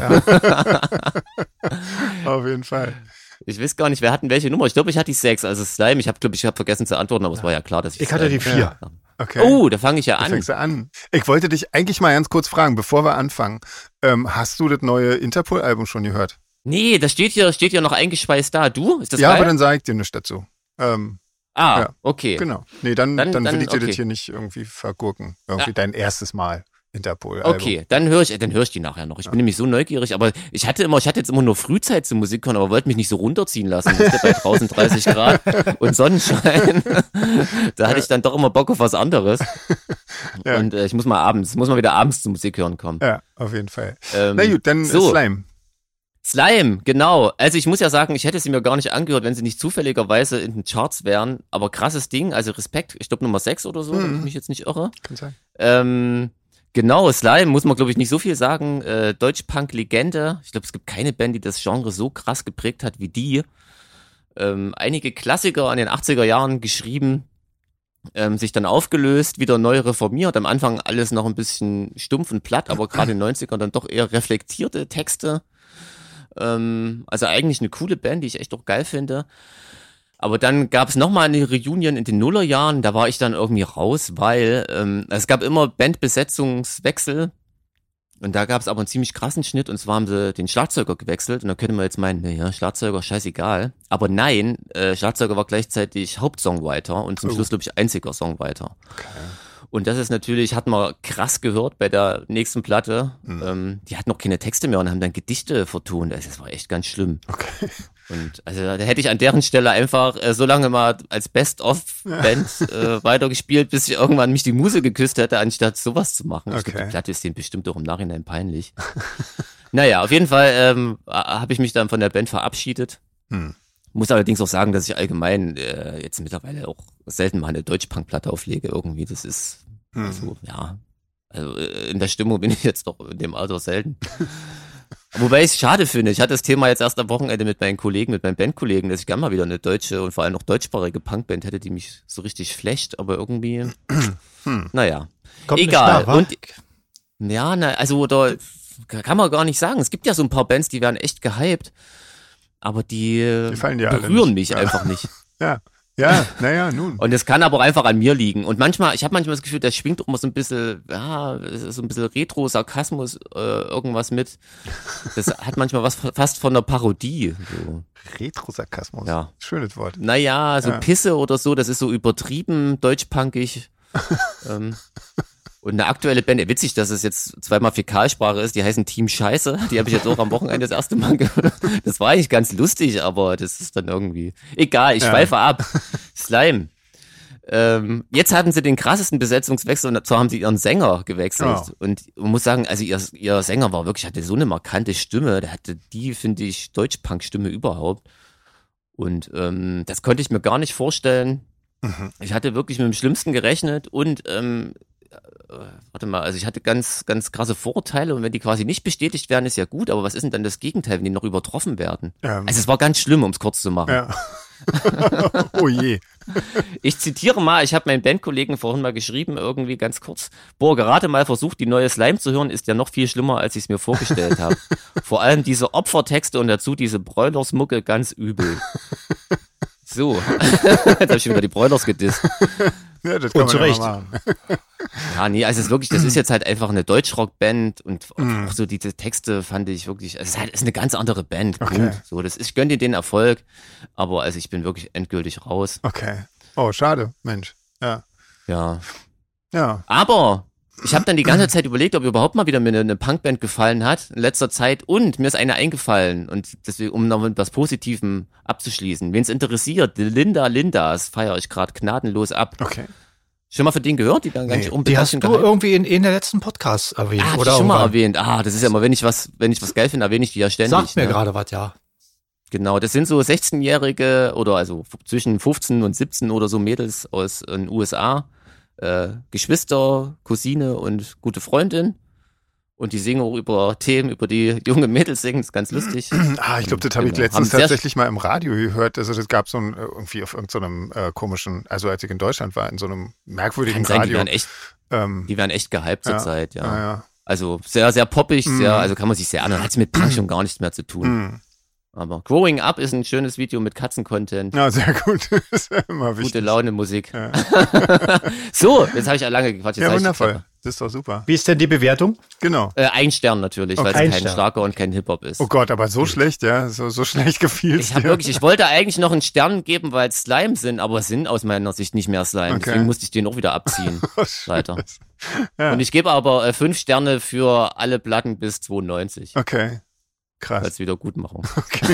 Auf jeden Fall. Ich weiß gar nicht, wer hatten welche Nummer. Ich glaube, ich hatte die sechs, also Slime. Ich habe, glaube ich, habe vergessen zu antworten, aber es war ja klar, dass ich Ich hatte die Slime- vier. Ja. Okay. Oh, da fange ich ja Da an. fängst du an. Ich wollte dich eigentlich mal ganz kurz fragen, bevor wir anfangen. Ähm, hast du das neue Interpol-Album schon gehört? Nee, das steht hier, steht hier noch eingeschweißt da. Du? Ist das Ja, geil? aber dann sage ich dir nichts dazu. Ähm, ah, ja. okay. genau. Nee, dann, dann, Dann- will dann- ich dir okay. das hier nicht irgendwie vergurken. Irgendwie Ja. dein erstes Mal Interpol-Album. Okay, dann höre ich, dann höre ich die nachher noch. Ich bin nämlich so neugierig, aber ich hatte immer, ich hatte jetzt immer nur Frühzeit zum Musik hören, aber wollte mich nicht so runterziehen lassen. Das ist ja bei draußen dreißig Grad und Sonnenschein. Da hatte ich dann doch immer Bock auf was anderes. Ja. Und äh, ich muss mal abends, muss mal wieder abends zum Musik hören kommen. Ja, auf jeden Fall. Ähm, Na gut, dann so. Slime. Slime, genau. Also ich muss ja sagen, ich hätte sie mir gar nicht angehört, wenn sie nicht zufälligerweise in den Charts wären. Aber krasses Ding, also Respekt, ich glaube Nummer sechs oder so, Mhm. wenn ich mich jetzt nicht irre. Kann sein. Ähm, genau, Slime, muss man glaube ich nicht so viel sagen. Äh, Deutsch-Punk-Legende. Ich glaube, es gibt keine Band, die das Genre so krass geprägt hat wie die. Ähm, einige Klassiker an den achtziger Jahren geschrieben, ähm, sich dann aufgelöst, wieder neu reformiert. Am Anfang alles noch ein bisschen stumpf und platt, aber gerade in den neunzigern dann doch eher reflektierte Texte. Ähm, also eigentlich eine coole Band, die ich echt auch geil finde. Aber dann gab es nochmal eine Reunion in den Nullerjahren, da war ich dann irgendwie raus, weil ähm, es gab immer Bandbesetzungswechsel. und da gab es aber einen ziemlich krassen Schnitt und zwar haben sie den Schlagzeuger gewechselt und da könnte man jetzt meinen, naja, Schlagzeuger, scheißegal. Aber nein, äh, Schlagzeuger war gleichzeitig Hauptsongwriter und zum Oh. Schluss, glaube ich, einziger Songwriter. Okay. Und das ist natürlich, hat man krass gehört bei der nächsten Platte. Mhm. Ähm, die hatten noch keine Texte mehr und haben dann Gedichte vertont. Also das war echt ganz schlimm. Okay. Und also da hätte ich an deren Stelle einfach äh, so lange mal als Best-of-Band äh, weitergespielt, bis ich irgendwann mich die Muse geküsst hätte, anstatt sowas zu machen. Ich Okay. glaube, die Platte ist denen bestimmt auch im Nachhinein peinlich. Naja, auf jeden Fall ähm, habe ich mich dann von der Band verabschiedet. Hm. Muss allerdings auch sagen, dass ich allgemein äh, jetzt mittlerweile auch selten mal eine Deutsch-Punk-Platte auflege. Irgendwie, das ist Hm. also, ja, also äh, in der Stimmung bin ich jetzt doch in dem Alter selten. Wobei ich es schade finde. Ich hatte das Thema jetzt erst am Wochenende mit meinen Kollegen, mit meinen Bandkollegen, dass ich gerne mal wieder eine deutsche und vor allem noch deutschsprachige Punkband hätte, die mich so richtig flasht, aber irgendwie, Hm. naja, Kommt egal. nicht nach, wa? Und ja, na, also oder kann man gar nicht sagen. Es gibt ja so ein paar Bands, die werden echt gehypt, aber die, Die fallen dir alle berühren nicht. mich Ja. einfach nicht. Ja, ja, naja, nun. Und es kann aber auch einfach an mir liegen. Und manchmal, ich habe manchmal das Gefühl, da schwingt auch immer so ein bisschen, ja, es ist so ein bisschen Retro-Sarkasmus, äh, irgendwas mit. Das hat manchmal was fast von einer Parodie. So. Retro-Sarkasmus. Ja. Schönes Wort. Naja, so Ja. Pisse oder so, das ist so übertrieben deutschpunkig. ähm, und eine aktuelle Band, witzig, dass es jetzt zweimal Fäkalsprache ist, die heißen Team Scheiße. Die habe ich jetzt auch am Wochenende das erste Mal gehört. Das war eigentlich ganz lustig, aber das ist dann irgendwie, egal, ich Ja. schweife ab. Slime. Ähm, jetzt hatten sie den krassesten Besetzungswechsel und zwar haben sie ihren Sänger gewechselt. Oh. Und man muss sagen, also ihr, ihr Sänger war wirklich, hatte so eine markante Stimme, der hatte die, finde ich, Deutschpunk-Stimme überhaupt. Und ähm, das konnte ich mir gar nicht vorstellen. Mhm. Ich hatte wirklich mit dem Schlimmsten gerechnet und ähm, äh, warte mal, also ich hatte ganz, ganz krasse Vorurteile und wenn die quasi nicht bestätigt werden, ist ja gut, aber was ist denn dann das Gegenteil, wenn die noch übertroffen werden? Ähm, Also es war ganz schlimm, um es kurz zu machen. ja. Oh je. Ich zitiere mal, ich habe meinen Bandkollegen vorhin mal geschrieben, irgendwie ganz kurz. Boah, gerade mal versucht, die neue Slime zu hören, ist ja noch viel schlimmer, als ich es mir vorgestellt habe. Vor allem diese Opfertexte und dazu diese Broilers-Mucke ganz übel. So, jetzt habe ich schon wieder die Broilers gedisst. Ja, das kann Und man zu ja Recht. mal machen. Ja, nee, also es ist wirklich, das ist jetzt halt einfach eine Deutschrock-Band und Mhm. auch so diese Texte fand ich wirklich, es ist halt ist eine ganz andere Band. Okay. Punkt. So, das ist, ich gönne dir den Erfolg, aber also ich bin wirklich endgültig raus. Okay. Oh, schade, Mensch. Ja. Ja. Ja. Aber ich habe dann die ganze Zeit überlegt, ob überhaupt mal wieder mir eine, eine Punkband gefallen hat in letzter Zeit und mir ist eine eingefallen und deswegen, um noch mit was Positivem abzuschließen. Wen es interessiert, die Linda Lindas feiere ich gerade gnadenlos ab. Okay. Schon mal von denen gehört? Die werden gar Nee. nicht Die unbedingt hast du irgendwie in, in der letzten Podcast erwähnt, Ah, hab ich oder? schon mal irgendwann? erwähnt. Ah, das ist ja immer, wenn ich was, wenn ich was geil finde, erwähne ich die ja ständig. Sagt mir ne? gerade was, ja. Genau, das sind so sechzehnjährige oder also f- zwischen fünfzehn und siebzehn oder so Mädels aus den U S A. Äh, Geschwister, Cousine und gute Freundin. Und die singen auch über Themen, über die junge Mädels singen, das ist ganz lustig. Ah, ich glaube, das habe ich Genau. letztens Haben sehr- tatsächlich mal im Radio gehört. Also das gab so ein, äh, irgendwie auf irgendeinem äh, komischen, also als ich in Deutschland war, in so einem merkwürdigen Kann sein, die Radio. werden echt, ähm, die werden echt gehypt Ja. zurzeit, ja. ja, ja. Also sehr, sehr poppig, Mhm. sehr, also kann man sich sehr anhören. Hat mit Punk schon gar nichts mehr zu tun. Hm. Aber Growing Up ist ein schönes Video mit Katzen-Content. Ja, sehr gut. Das ist ja immer Gute wichtig. Laune Musik. Ja, So, jetzt habe ich ja lange gequatscht. Jetzt ja sag ich die wundervoll. Klappe. Das ist doch super. Wie ist denn die Bewertung? Genau. Äh, ein Stern natürlich, weil Okay. es Ein kein Stern. Schlager und kein Hip-Hop ist. Oh Gott, aber so schlecht, ja. So, so schlecht gefiel Ich habe wirklich, ich wollte eigentlich noch einen Stern geben, weil es Slime sind, aber es sind aus meiner Sicht nicht mehr Slime. Okay. Deswegen musste ich den auch wieder abziehen. Leider. Ja. Und ich gebe aber äh, fünf Sterne für alle Platten bis zweiundneunzig. Okay. Krass. Als Wiedergutmachung.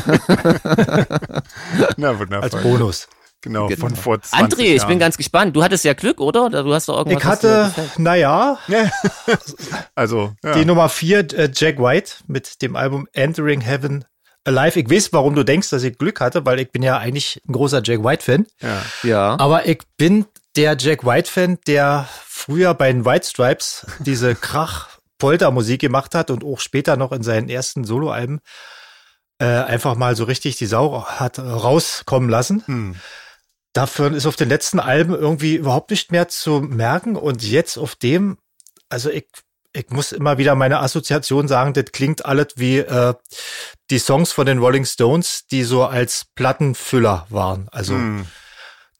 Na, Als wundervoll. Bonus. Genau, Genau. von vor zwanzig André, ich Jahren. bin ganz gespannt. Du hattest ja Glück, oder? Du hast doch irgendwas. Ich was dir hatte, gefällt. naja, Also, ja. die Nummer vier, äh, Jack White, mit dem Album Entering Heaven Alive. Ich weiß, warum du denkst, dass ich Glück hatte, weil ich bin ja eigentlich ein großer Jack White-Fan. ja. Ja. Aber ich bin der Jack White-Fan, der früher bei den White Stripes diese Krach-Polter-Musik gemacht hat und auch später noch in seinen ersten Soloalben äh, einfach mal so richtig die Sau hat rauskommen lassen. Hm. Dafür ist auf den letzten Alben irgendwie überhaupt nicht mehr zu merken. Und jetzt auf dem, also ich, ich muss immer wieder meine Assoziation sagen, das klingt alles wie äh, die Songs von den Rolling Stones, die so als Plattenfüller waren. Also Hm.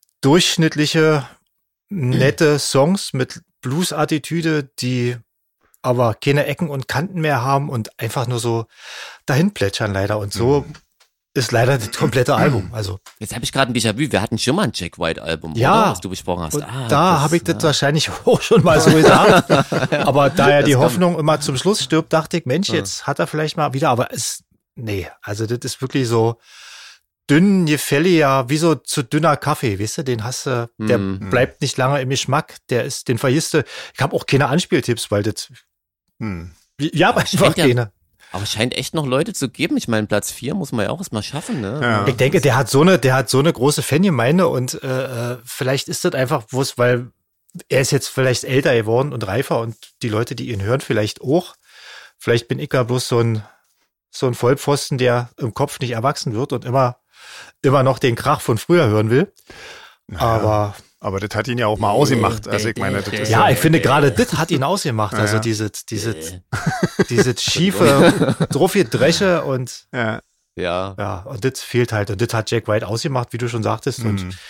durchschnittliche, nette Songs mit Blues-Attitüde, die aber keine Ecken und Kanten mehr haben und einfach nur so dahin plätschern leider. Und so mhm. ist leider das komplette Album. Also jetzt habe ich gerade ein Déjà-vu. Wir hatten schon mal ein Jack White-Album, ja, oder? Was du besprochen hast. Ah, da habe ich das ja. wahrscheinlich auch schon mal so gesagt. Aber da ja die Hoffnung immer zum Schluss stirbt, dachte ich, Mensch, jetzt hat er vielleicht mal wieder. Aber es, nee, also das ist wirklich so dünn, gefälliger, wie so zu dünner Kaffee, weißt du, den hast du, der mm. bleibt nicht lange im Geschmack, der ist, den vergisst du. Ich habe auch keine Anspieltipps, weil das, mm. ja, aber einfach keine. Ja, aber es scheint echt noch Leute zu geben. Ich meine, Platz vier muss man ja auch erstmal schaffen, ne? Ja. Ich denke, der hat so eine, der hat so eine große Fangemeinde und äh, vielleicht ist das einfach, wo es, weil er ist jetzt vielleicht älter geworden und reifer und die Leute, die ihn hören, vielleicht auch. Vielleicht bin ich ja bloß so ein, so ein Vollpfosten, der im Kopf nicht erwachsen wird und immer immer noch den Krach von früher hören will. Naja, aber aber das hat ihn ja auch mal ausgemacht. Also ich meine, das ist ja, ja, ich finde gerade das hat ihn ausgemacht. Also ja. dieses, dieses, dieses schiefe, druffe Dresche und ja. ja, ja, und das fehlt halt. Und das hat Jack White ausgemacht, wie du schon sagtest. Und mhm.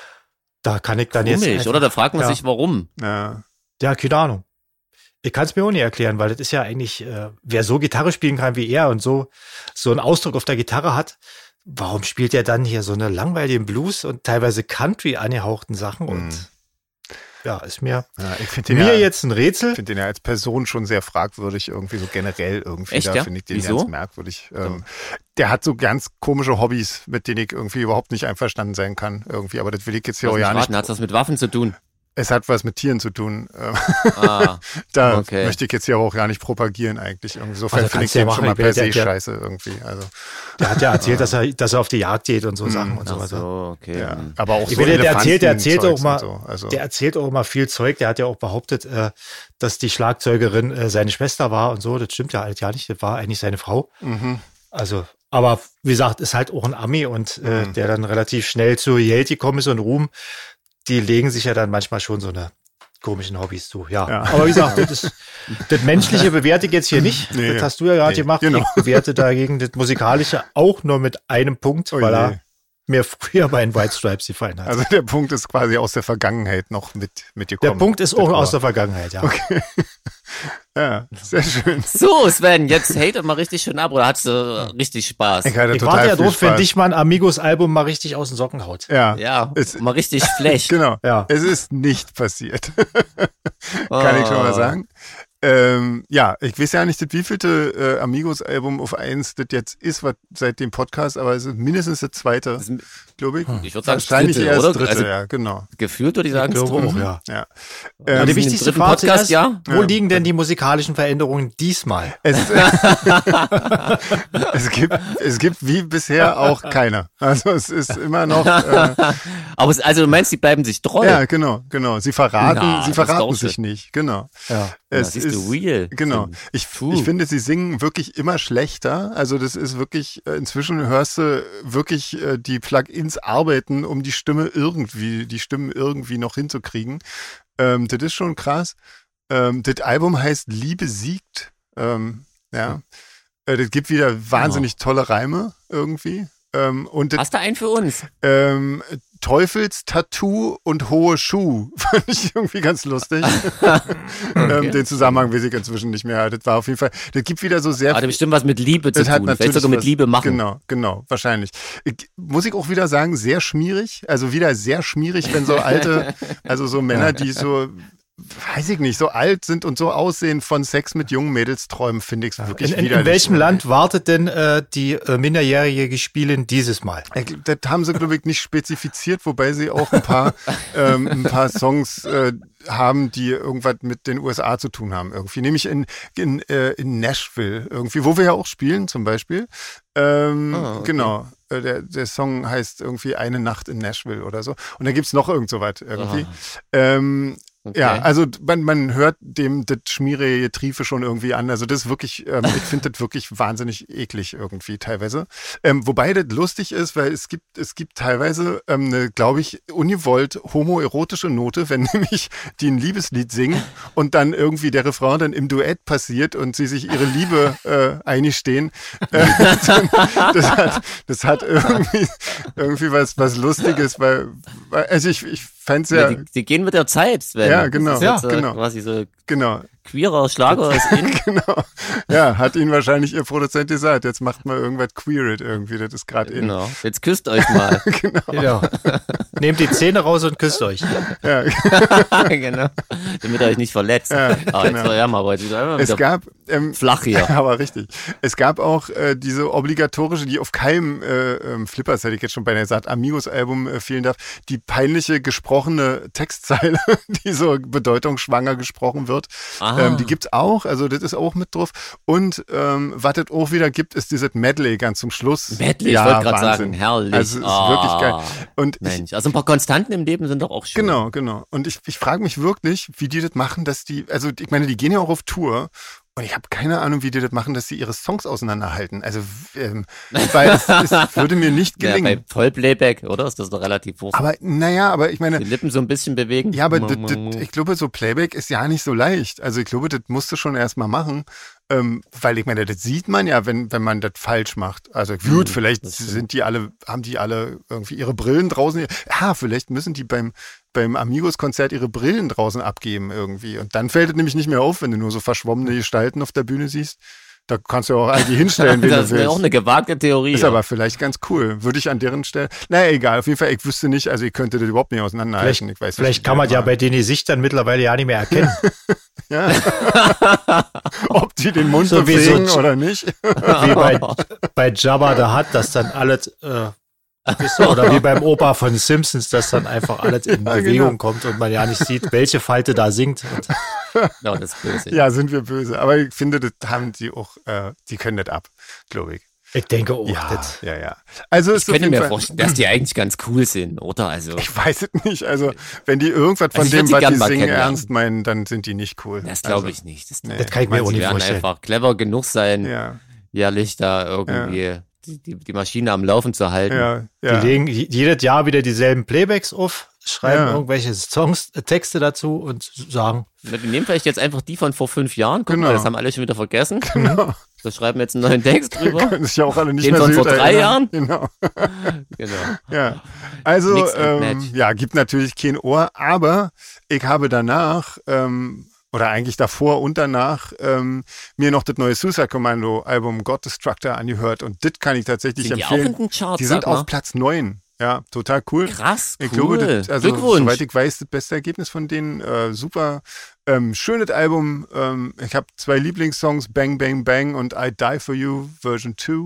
da kann ich dann Komisch, jetzt einfach, oder? Da fragt man ja. sich, warum. Ja, ja, keine Ahnung. Ich kann es mir auch nicht erklären, weil das ist ja eigentlich, äh, wer so Gitarre spielen kann wie er und so so einen Ausdruck auf der Gitarre hat, warum spielt er dann hier so eine langweiligen Blues und teilweise Country angehauchten Sachen? Und mm. ja, ist mir, ja, ich find den mir ja, jetzt ein Rätsel. Ich finde den ja als Person schon sehr fragwürdig, irgendwie so generell irgendwie. Echt, da ja? finde ich den Wieso? ganz merkwürdig. Ähm, der hat so ganz komische Hobbys, mit denen ich irgendwie überhaupt nicht einverstanden sein kann. Irgendwie, aber das will ich jetzt hier auch ja nicht. Hat das mit Waffen zu tun? Es hat was mit Tieren zu tun. Ah, da okay. möchte ich jetzt hier auch gar nicht propagieren eigentlich. Insofern also finde ich den den schon mal per se der, der, scheiße irgendwie. Also der hat ja erzählt, dass er, dass er auf die Jagd geht und so Sachen und so weiter. So, okay. Ja, aber auch ich so will, der erzählt, der erzählt auch mal, so. also. der erzählt auch mal viel Zeug. Der hat ja auch behauptet, äh, dass die Schlagzeugerin äh, seine Schwester war und so. Das stimmt ja halt ja nicht. Das war eigentlich seine Frau. Mhm. Also, aber wie gesagt, ist halt auch ein Ami und äh, mhm. der dann relativ schnell zu Geld gekommen ist und Ruhm. Die legen sich ja dann manchmal schon so eine komischen Hobbys zu, ja. ja. Aber wie gesagt, das, ist, das Menschliche bewerte ich jetzt hier nicht. Nee, das hast du ja gerade nee, gemacht. Genau. Ich bewerte dagegen das Musikalische auch nur mit einem Punkt, oh weil je. er mir früher bei den White Stripes gefallen hat. Also der Punkt ist quasi aus der Vergangenheit noch mit mitgekommen. Der Punkt ist auch aus der Vergangenheit, ja. Okay. Ja, sehr schön. So, Sven, jetzt hate mal richtig schön ab, oder hattest du richtig Spaß? Ich, ich warte ja drauf, wenn dich mal ein Amigos-Album mal richtig aus den Socken haut. Ja, ja es, mal richtig flash. Genau, ja. Es ist nicht passiert. Kann oh. ich schon mal sagen. Ähm, ja, ich weiß ja nicht, wie vielte äh, Amigos-Album auf eins das jetzt ist, was seit dem Podcast, aber es ist mindestens das zweite, glaube ich. Ich würde sagen, wahrscheinlich dritte, eher das oder? dritte, also, ja, genau. Gefühlt würde ich sagen, ich glaube auch, ja. ja. Ähm, ja, die wichtigste Frage ist, ja? wo ja. liegen denn die musikalischen Veränderungen diesmal? Es, es, gibt, es gibt wie bisher auch keine. Also es ist immer noch... Äh, aber es, also du meinst, sie bleiben sich treu? Ja, genau, genau. Sie verraten, Na, sie verraten sich nicht, genau. Ja. Es das ist ist real. Genau. Ich, ich finde, sie singen wirklich immer schlechter. Also das ist wirklich, inzwischen hörst du wirklich die Plugins arbeiten, um die Stimme irgendwie, die Stimmen irgendwie noch hinzukriegen. Ähm, das ist schon krass. Ähm, das Album heißt Liebe siegt. Ähm, ja. Äh, das gibt wieder wahnsinnig tolle Reime irgendwie. Ähm, und das, hast du einen für uns? Ähm, Teufelstattoo und hohe Schuh. Fand ich irgendwie ganz lustig. Okay. ähm, den Zusammenhang weiß ich inzwischen nicht mehr. Das war auf jeden Fall, das gibt wieder so sehr... Hat bestimmt was mit Liebe zu das tun. Vielleicht sogar mit was, Liebe machen. Genau, genau, wahrscheinlich. Ich, muss ich auch wieder sagen, sehr schmierig. Also wieder sehr schmierig, wenn so alte, also so Männer, die so... weiß ich nicht, so alt sind und so aussehen von Sex mit jungen Mädels träumen, finde ich es wirklich in, in, widerlich. In welchem Land wartet denn äh, die äh, minderjährige Spielin dieses Mal? Das haben sie, glaube ich, nicht spezifiziert, wobei sie auch ein paar, ähm, ein paar Songs äh, haben, die irgendwas mit den U S A zu tun haben irgendwie. Nämlich in, in, äh, in Nashville irgendwie, wo wir ja auch spielen zum Beispiel. Ähm, oh, okay. Genau. Der, der Song heißt irgendwie Eine Nacht in Nashville oder so. Und da gibt's noch irgend so was irgendwie. Oh. Ähm, Okay. Ja, also man, man hört dem das schmierige Triefe schon irgendwie an. Also das ist wirklich, ähm, ich finde das wirklich wahnsinnig eklig irgendwie teilweise. Ähm, wobei das lustig ist, weil es gibt es gibt teilweise ähm, eine, glaube ich, ungewollt homoerotische Note, wenn nämlich die ein Liebeslied singen und dann irgendwie der Refrain dann im Duett passiert und sie sich ihre Liebe äh, eingestehen. Äh, das hat, das hat irgendwie, irgendwie was, was Lustiges, weil, weil also ich, ich fand's ja... ja die, die gehen mit der Zeit, Sven. Ja, genau. Ja, genau. Quasi so genau. queerer Schlager ist in. Genau. Ja, hat ihn wahrscheinlich ihr Produzent gesagt. Jetzt macht mal irgendwas queered irgendwie. Das ist gerade in. Genau. Jetzt küsst euch mal. Genau. Genau. Nehmt die Zähne raus und küsst euch. Ja. Genau. Damit ihr euch nicht verletzt. Ja, Aber jetzt genau. war ja mal heute wieder, Es wieder gab ähm, flach hier. aber richtig. Es gab auch äh, diese obligatorische, die auf keinem äh, ähm, Flippers, hätte ich jetzt schon bei der Saat Amigos Album äh, fehlen darf, die peinliche gesprochene Textzeile, die so bedeutungsschwanger gesprochen wird. Ah. Ähm, die gibt's auch, also das ist auch mit drauf. Und ähm, was es auch wieder gibt, ist dieses Medley ganz zum Schluss. Medley, ja, ich wollte gerade Wahnsinn. sagen, herrlich. Also es ist Ah, wirklich geil. Und ich, Mensch, also ein paar Konstanten im Leben sind doch auch schön. Genau, genau. Und ich, ich frage mich wirklich, wie die das machen, dass die, also ich meine, die gehen ja auch auf Tour und ich habe keine Ahnung, wie die das machen, dass sie ihre Songs auseinanderhalten. Also, ähm, weil es, es würde mir nicht Ja, gelingen. bei Vollplayback, oder? Ist das doch relativ hoch. Aber naja, aber ich meine, Die Lippen so ein bisschen bewegen. ja, aber das, das, ich glaube, so Playback ist ja nicht so leicht. Also ich glaube, das musst du schon erstmal machen. Ähm, weil ich meine, das sieht man ja, wenn, wenn man das falsch macht. Also gut, Mhm, vielleicht das stimmt. sind die alle, haben die alle irgendwie ihre Brillen draußen. Ah, vielleicht müssen die beim, beim Amigos-Konzert ihre Brillen draußen abgeben irgendwie. Und dann fällt es nämlich nicht mehr auf, wenn du nur so verschwommene Gestalten auf der Bühne siehst. Da kannst du auch eigentlich hinstellen, wen Das du ist willst. auch eine gewagte Theorie. Ist ja. aber vielleicht ganz cool. Würde ich an deren Stelle. Naja, egal. Auf jeden Fall, ich wüsste nicht, also ich könnte das überhaupt nicht auseinanderhalten. Vielleicht, Ich weiß nicht, vielleicht wie kann man das ja machen. bei den Gesichtern mittlerweile ja nicht mehr erkennen. Ja. Ob die den Mund So wie bewegen so- oder nicht. Wie bei, bei Jabba da hat, dass dann alles, äh, wisst ihr, oder wie beim Opa von Simpsons, dass dann einfach alles in Ja, Bewegung genau. kommt und man ja nicht sieht, welche Falte da singt. Und Ja, das ist böse. Ja, sind wir böse. Aber ich finde, das haben die auch, äh, die können das ab, glaube ich. ich denke, oh, Ja, das, ja, ja. Also Ich ist auf könnte jeden mir Fall, vorstellen, dass die eigentlich ganz cool sind, oder? Also, ich weiß es nicht. Also, wenn die irgendwas von Also ich würd dem, sie was gern die mal singen, kennenlernen. ernst meinen, dann sind die nicht cool. das glaube also, ich nicht. Das, nee. das kann ich mir auch die nicht werden vorstellen. einfach clever genug sein, Ja, jährlich da irgendwie die, die, die Maschine am Laufen zu halten. ja, ja. Die legen j- jedes Jahr wieder dieselben Playbacks auf, schreiben Ja. irgendwelche Songs, äh, Texte dazu und sagen, Wir nehmen vielleicht jetzt einfach die von vor fünf Jahren. Guck Genau. mal, das haben alle schon wieder vergessen. Genau. Wir schreiben jetzt einen neuen Text drüber. Können sich ja auch alle nicht Den mehr von so vor gut drei erinnern. Jahren? Genau. Genau. Ja, also Mix and ähm, match. ja, gibt natürlich kein Ohr, aber ich habe danach ähm, oder eigentlich davor und danach ähm, mir noch das neue Suicide Commando Album God Destructor angehört und das kann ich tatsächlich Sind die auch empfehlen. in den Charts? Die sind sag mal? auf Platz neun. Ja, total cool. Krass, cool. Ich glaube, das, also Glückwunsch. soweit ich weiß, das beste Ergebnis von denen. Äh, super ähm, schönes Album. Ähm, ich habe zwei Lieblingssongs, Bang Bang Bang und I Die For You Version zwei.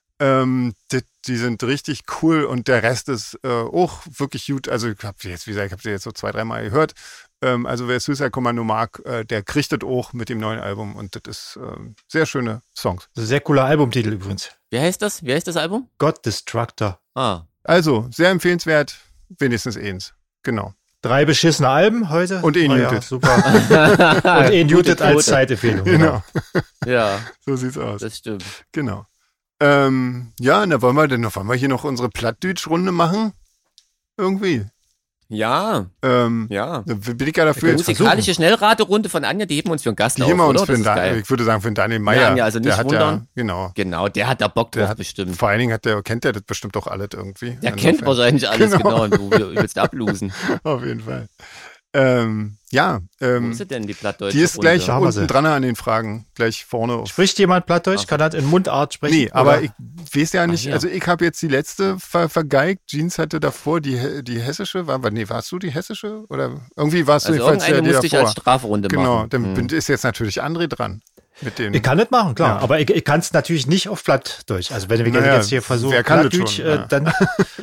Ähm, die, die sind richtig cool und der Rest ist äh, auch wirklich gut. Also ich habe jetzt, wie gesagt, ich habe sie jetzt so zwei, dreimal gehört. Ähm, also wer Suicide Commando mag, äh, der kriegt das auch mit dem neuen Album und das ist ähm, sehr schöne Songs. das ist ein sehr cooler Albumtitel übrigens. Wie heißt das? Wie heißt das Album? God Destructor. Ah, Also sehr empfehlenswert, wenigstens eins. Genau. Drei beschissene Alben heute. Und eh Ah ja, muted. super. Und eh Gute muted als Quote. Zeitempfehlung. Genau, ja, so sieht's aus. das stimmt. Genau. Ähm, ja, na wollen wir denn noch, wollen wir hier noch unsere Plattdeutsch-Runde machen? Irgendwie. Ja, Ähm, ja. da bin ich ja dafür. Die jetzt musikalische Schnellraterunde von Anja, die heben wir uns für einen Gast Die auf, heben wir uns oder? für Das den ist Dan- geil. ich würde sagen, für den Daniel Meyer. Ja, ja, also nicht der hat wundern. Ja, genau. Genau, der hat da Bock Der drauf hat, bestimmt. vor allen Dingen hat der, kennt der das bestimmt auch alles irgendwie. Der Insofern. kennt wahrscheinlich alles, Genau. genau, und wo wir übelst ablosen. Auf jeden Fall. Ähm, ja, Wo ähm, ist sie denn, die plattdeutsche die ist Runde? gleich Da haben wir unten sie. dran an den Fragen. Gleich vorne. Auf. Spricht jemand Plattdeutsch? Kann das in Mundart sprechen? Nee, aber Oder? ich weiß ja nicht, ja. also ich habe jetzt die letzte ver vergeigt. Jeans hatte davor die, die hessische, war, nee, warst du die hessische? Oder irgendwie warst du Also jedenfalls irgendeine ja musste die ich davor. als Strafrunde Genau, machen. dann Hm. ist jetzt natürlich André dran. Mit den, Ich kann das machen, klar. Ja. Aber ich, ich kann es natürlich nicht auf Plattdeutsch. Also wenn wir Naja, jetzt hier versuchen, wer kann das Plattdeutsch, schon, äh, ja. dann.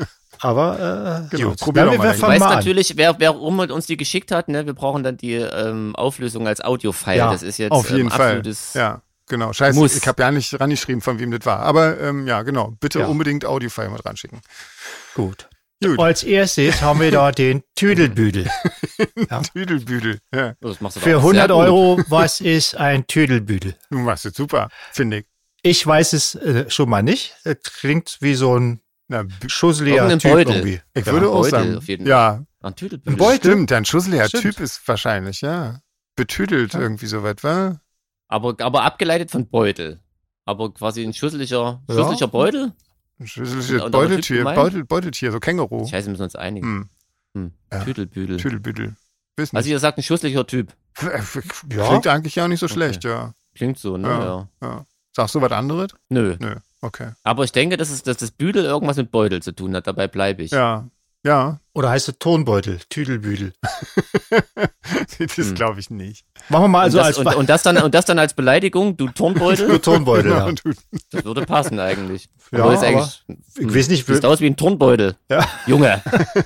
Aber äh, Genau, gut. probier Na, doch wir, mal. wir Ich Ich fangen weiß mal an. natürlich, wer, wer auch immer uns die geschickt hat, ne, wir brauchen dann die ähm, Auflösung als Audio-File. Ja, das ist jetzt auf jeden ähm, Fall. absolutes Ja, genau. Scheiße, Muss. ich habe ja nicht rangeschrieben, von wem das war. Aber ähm, ja, genau. Bitte Ja. unbedingt Audiofile mit ranschicken. Gut. Gut. Als erstes haben wir da den Tüdelbüdel. Ja. Tüdelbüdel. Ja, Oh, das machst du doch Für auch hundert sehr gut. Euro, was ist ein Tüdelbüdel? du machst es super, finde ich. Ich weiß es äh, schon mal nicht. Es klingt wie so ein Na, bü- schusseliger Irgendein Typ Beutel. irgendwie. ich Ja. würde auch Beutel sagen, auf jeden Fall. ja, Ein Tüdelbüdel. Ein Beutel. stimmt, ein schusseliger Stimmt. Typ ist wahrscheinlich, ja. Betüdelt Ja. irgendwie so weit, wa? Aber, aber abgeleitet von Beutel. Aber quasi ein schusseliger, Ja. schusseliger Beutel? Ein schüsseliges Und- und aber Typ Beuteltier, gemeint? Beutel, Beuteltier, so Känguru. Scheiße, müssen wir uns einigen. Hm. Hm. Ja. Tüdelbüdel. Tüdelbüdel. Wissen Also ihr sagt ein schusslicher Typ. Klingt eigentlich auch nicht so schlecht, Okay. ja. Klingt so, ne? Ja. Ja. ja. Sagst du was anderes? Nö. Nö, okay. Aber ich denke, dass, es, dass das Büdel irgendwas mit Beutel zu tun hat. Dabei bleibe ich. Ja, ja. Oder heißt es Tonbeutel, Tüdelbüdel? Das Hm. glaube ich nicht. Machen wir mal also und, das, als und, und, das dann, und das dann als Beleidigung, du Turnbeutel, Tonbeutel, ja. Du- das würde passen eigentlich. Ja, Aber ist aber eigentlich ich weiß nicht, sieht aus wie ein Turnbeutel. Ja. Junge.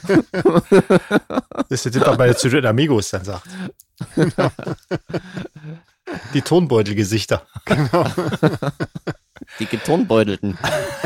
das ist das, bei zu den Amigos dann sagt. Die Tonbeutelgesichter. Die Geturnbeutelten.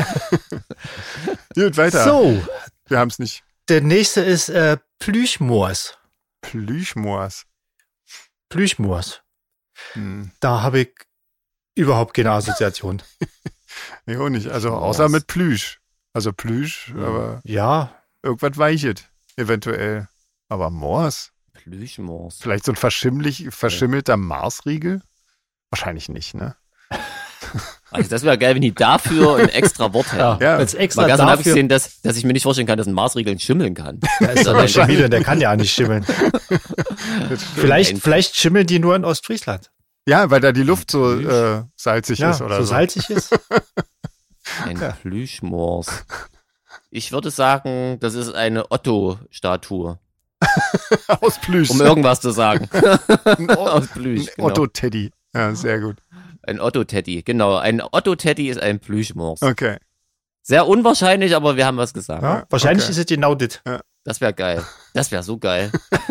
Gut, weiter. So, Wir haben es nicht. der nächste ist äh, Plüschmoors. Plüschmoors. Plüschmoors. Hm. Da habe ich überhaupt keine Assoziation. Nee, auch nicht. Also außer Moors. mit Plüsch. Also Plüsch, Ja. aber Ja, irgendwas weichet. Eventuell. Aber Moors? Plüschmoors. Vielleicht so ein verschimmlich, verschimmelter Marsriegel? Wahrscheinlich nicht, ne? Also das wäre geil, wenn die dafür ein extra Wort hätten. Ja. als extra Mal ganz habe ich dafür. gesehen, dass, dass ich mir nicht vorstellen kann, dass ein Marsriegel schimmeln kann. Da ist aber Schmiede, der kann ja nicht schimmeln. Vielleicht, Ein- vielleicht schimmeln die nur in Ostfriesland. Ja, weil da die Luft so äh, salzig Ja, ist oder so so. salzig ist. Ein Ja. Plüschmoors. Ich würde sagen, das ist eine Otto-Statue. Aus Plüsch. Um irgendwas zu sagen. ein O- Aus Plüsch. ein Genau. Otto-Teddy. Ja, sehr gut. Ein Otto-Teddy. Genau. Ein Otto-Teddy ist ein Plüschmoors. Okay. Sehr unwahrscheinlich, aber wir haben was gesagt. Ja, wahrscheinlich okay. ist es genau das. Das wäre geil. Das wäre so geil.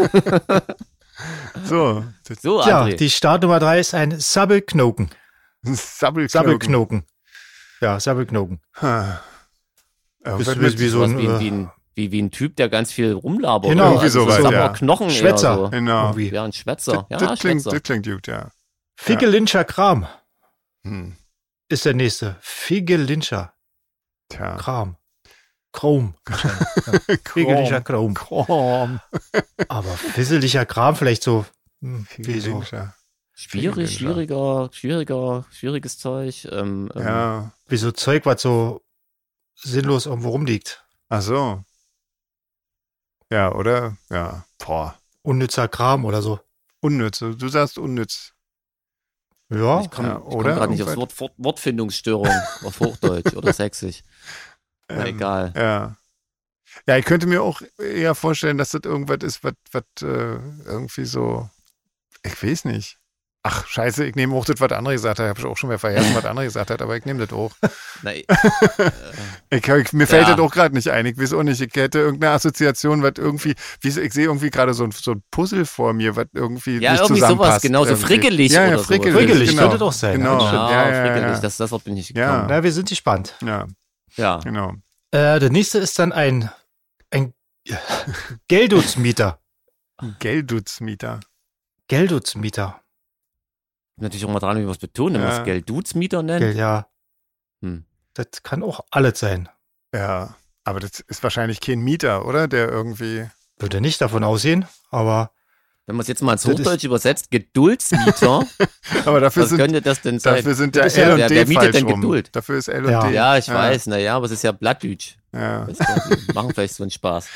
So. Das So, Ja, André. die Startnummer drei ist ein Sabbelknoken. Sabbelknoken. Sabbelknoken. Ja, Sabbelknoken. Ha. Bist Irgendwas du mit- wie so Sowas ein wie, äh, wie, ein, wie, wie ein Typ, der ganz viel rumlabert. Genau, oder? irgendwie Also sowas, so ja. aber Knochen Schwätzer. eher so. Genau. irgendwie. Ja, ein Schwätzer. Ja, das, klingt, Schwätzer. das klingt gut, ja. Figgelinscher Kram Hm. ist der nächste. Figgelinscher Tja. Kram. Chrome. Figgelinscher Kram. Krom. Aber fisseliger Kram vielleicht so. Hm, wie so. Figgelinscher. Schwierig, Figgelinscher. schwieriger, schwieriger, schwieriges Zeug. Ähm, ähm, Ja. Wie so Zeug, was so sinnlos irgendwo rumliegt. Ach so. Ja, oder? Ja. Boah. Unnützer Kram oder so. Unnütz. Du sagst unnütz. Ja, Ich komme Ja, komm oder? gerade nicht aufs Wort, Wort Wortfindungsstörung auf Hochdeutsch oder Sächsisch. Na, Ähm, egal. Ja. Ja, ich könnte mir auch eher vorstellen, dass das irgendwas ist, was, was äh, irgendwie so, ich weiß nicht. Ach, scheiße, ich nehme auch das, was andere gesagt hat. Ich habe auch schon mal vergessen, was andere gesagt hat, aber ich nehme das auch. Na, äh, Ich, ich, mir fällt Ja. das auch gerade nicht ein. Ich weiß auch nicht. Ich hätte irgendeine Assoziation, was irgendwie, wie, so- ich sehe irgendwie gerade so ein, so ein Puzzle vor mir, was irgendwie Ja, nicht irgendwie zusammenpasst. sowas, genau, so irgendwie. frickelig ja, ja, oder sowas. frickelig. Frickelig, genau. könnte doch sein. Genau. Ja, ja, Ja, ja, frickelig, ja. Das, das Wort bin ich Ja. gekommen. na, wir sind gespannt. Ja, Ja. genau. Äh, der nächste ist dann ein, ein Geldutzmieter. Geldutzmieter. Geldutzmieter. Natürlich auch mal dran, wie wir es betonen, wenn wir Ja. es Gelddutzmieter nennen. Gel, ja, Hm. das kann auch alles sein. Ja, aber das ist wahrscheinlich kein Mieter, oder? Der irgendwie. Würde nicht davon aussehen, aber Wenn man es jetzt mal ins Das ist- Hochdeutsch übersetzt, Geduldsmieter, Aber dafür was sind, könnte das denn sein? dafür sind Das der ist ja- L und der- D der mietet falsch dann rum. Geduld. Dafür ist L und Ja. D. Ja, ich Ja. weiß, naja, aber es ist ja Blattdeutsch. Ja. Weißt du, die machen vielleicht so einen Spaß.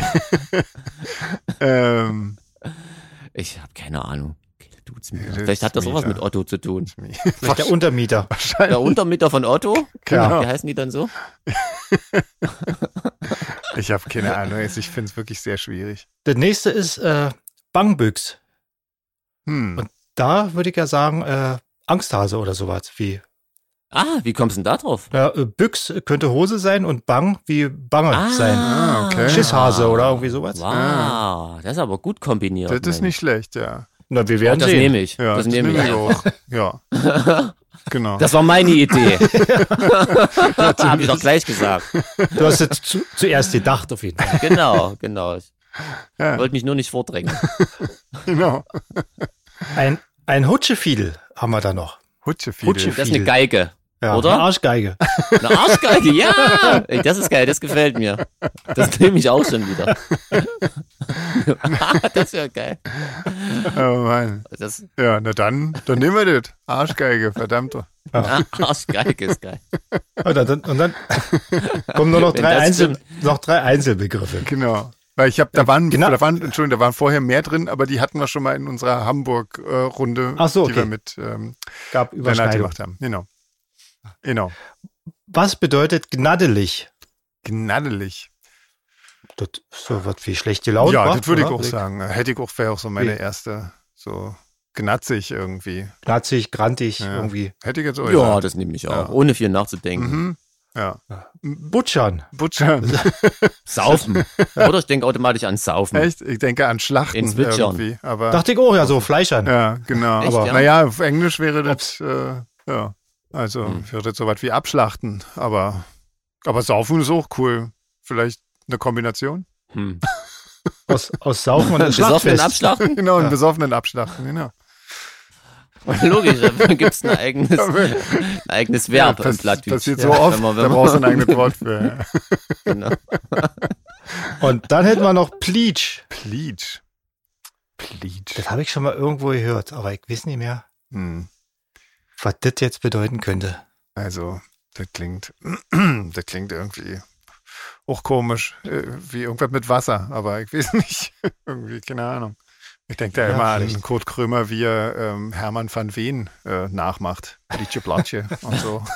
Ähm, Ich habe keine Ahnung. Gelddutzmieter. Gelddutzmieter. Vielleicht hat das auch was mit Otto zu tun. vielleicht der Untermieter. Der Untermieter von Otto? Genau. Wie heißen die dann so? Ich habe keine Ahnung. Ich finde es wirklich sehr schwierig. Der nächste ist äh, Bangbüchs. Hm. Und da würde ich ja sagen, äh, Angsthase oder sowas. Wie Ah, wie kommst du denn da drauf? ja, äh, Büchs könnte Hose sein und Bang wie Bange sein. Ah, okay. Schisshase oder irgendwie sowas. Wow, das ist aber gut kombiniert. Das ist Mensch. nicht schlecht, ja. Na, wir Oh, werden das sehen. nehme ich. Ja, das nehme ich. auch. Ja. Genau. Das war meine Idee. Habe ich doch gleich gesagt. Du hast es zu, zuerst gedacht auf jeden Fall. Genau, genau. Ich ja, wollte mich nur nicht vordrängen. genau. Ein, ein Hutschefiedel haben wir da noch. Hutschefiedel. Hutsche- Das ist eine Geige. Ja, Oder? Eine Arschgeige. Eine Arschgeige, ja! Ey, das ist geil, das gefällt mir. Das nehme ich auch schon wieder. Das wäre geil. Oh Mann. Das, Ja, na dann, dann nehmen wir das. Arschgeige, verdammt. ah, Arschgeige ist geil. Und dann, und dann kommen nur noch Wenn drei, das Einzel, stimmt. noch drei Einzelbegriffe. Genau. Weil ich habe, da waren, Genau. da waren, Entschuldigung, da waren vorher mehr drin, aber die hatten wir schon mal in unserer Hamburg-Runde, Ach so, die wir okay. mit ähm, Gab Lennart Überschneidung. gemacht haben. Genau. Genau. Was bedeutet gnaddelig? Gnaddelig. Das ist so was wie schlechte Laune. Ja, wa? das würde ich Oder? auch sagen. Hätte ich auch, wäre auch so meine Wie? erste, so gnatzig irgendwie. Knatzig, grantig, Ja. irgendwie. Hätte ich jetzt auch Ja, gesagt. das nehme ich auch, Ja. ohne viel nachzudenken. Mhm. Ja. Butchern. Butcher. Saufen. Oder ich denke automatisch an Saufen. Echt? Ich denke an Schlachten In Zwitschern. irgendwie. Aber, Dachte ich auch, ja, so Fleischern. ja, genau. Echt, aber ja? naja, auf Englisch wäre das, äh, ja, also Hm. wäre das so was wie Abschlachten. Aber, aber Saufen ist auch cool. Vielleicht eine Kombination? Hm. Aus, aus Saufen und Besoffenen Schlachtfest. Abschlachten? Genau, einen Ja. besoffenen Abschlachten, genau. Logisch, da gibt es ein eigenes, ein eigenes Verb Ja, im pass, Plattdeutsch. passiert Ja, so oft, wenn man- wenn da man- brauchst du ein eigenes Wort für. Genau. Und dann hätten wir noch Pleach. Pleach. Pleach. Das habe ich schon mal irgendwo gehört, aber ich weiß nicht mehr, Hm. was das jetzt bedeuten könnte. Also, das klingt, das klingt irgendwie auch komisch, äh, wie irgendwas mit Wasser, aber ich weiß nicht, irgendwie, keine Ahnung. Ich denke da Ja, immer an vielleicht. Kurt Krömer, wie er ähm, Hermann van Veen äh, nachmacht. Liedje Blattje und so.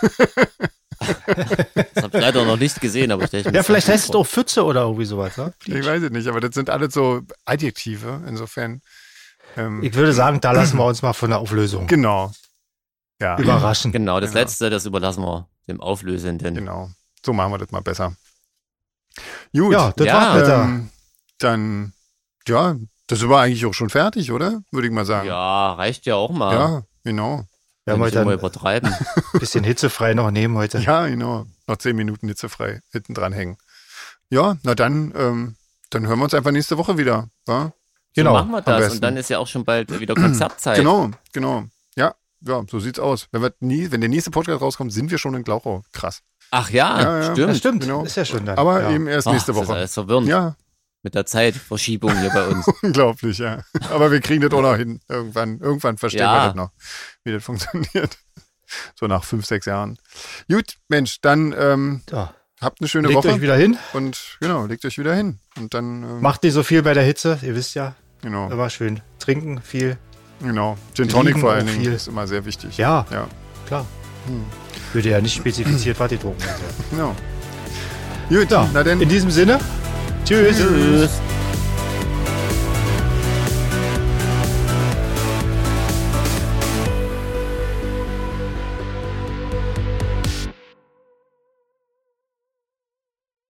Das habe ich leider noch nicht gesehen, aber ich denke, Ja, vielleicht heißt es auch Pfütze oder irgendwie sowas. Ne? Ich weiß es nicht, aber das sind alles so Adjektive, insofern. Ähm, Ich würde sagen, da lassen wir uns mal von der Auflösung genau. Ja, überraschen. Genau, das Genau. letzte, das überlassen wir dem Auflösenden. genau. So machen wir das mal besser. Gut. Ja, das Ja, war's mit der. ähm, dann, ja, das war eigentlich auch schon fertig, oder? Würde ich mal sagen. Ja, reicht ja auch mal. Ja, genau. Wir haben Nicht heute immer ein übertreiben. bisschen hitzefrei noch nehmen heute. Ja, genau. Noch zehn Minuten hitzefrei hinten dran hängen. Ja, na dann, ähm, dann hören wir uns einfach nächste Woche wieder. Ja? Genau. So machen wir am das. besten. Und dann ist ja auch schon bald wieder Konzertzeit. Genau, genau. Ja, ja, so sieht's aus. Wenn, wir nie, wenn der nächste Podcast rauskommt, sind wir schon in Glauchau. Krass. Ach ja, Ja, ja. stimmt. Das stimmt, Genau. ist ja schon dann. Aber ja. eben erst Ach, nächste das ist Woche. alles verwirrend Ja, mit der Zeitverschiebung hier bei uns. unglaublich, ja. Aber wir kriegen das auch noch hin. Irgendwann, irgendwann verstehen Ja. wir das noch, wie das funktioniert. So nach fünf, sechs Jahren. Gut, Mensch, dann ähm, Ja. habt eine schöne Legt Woche euch wieder hin, und genau, legt euch wieder hin. Und dann, ähm, macht nicht so viel bei der Hitze, ihr wisst ja, genau, immer schön trinken, viel. genau. Gin Tonic liegen vor auch allen Dingen viel. ist immer sehr wichtig. Ja, Ja, klar. Hm. Würde ja nicht spezifiziert, was die drucken. Also. genau. Gut, Ja, na dann. in diesem Sinne, tschüss. Tschüss.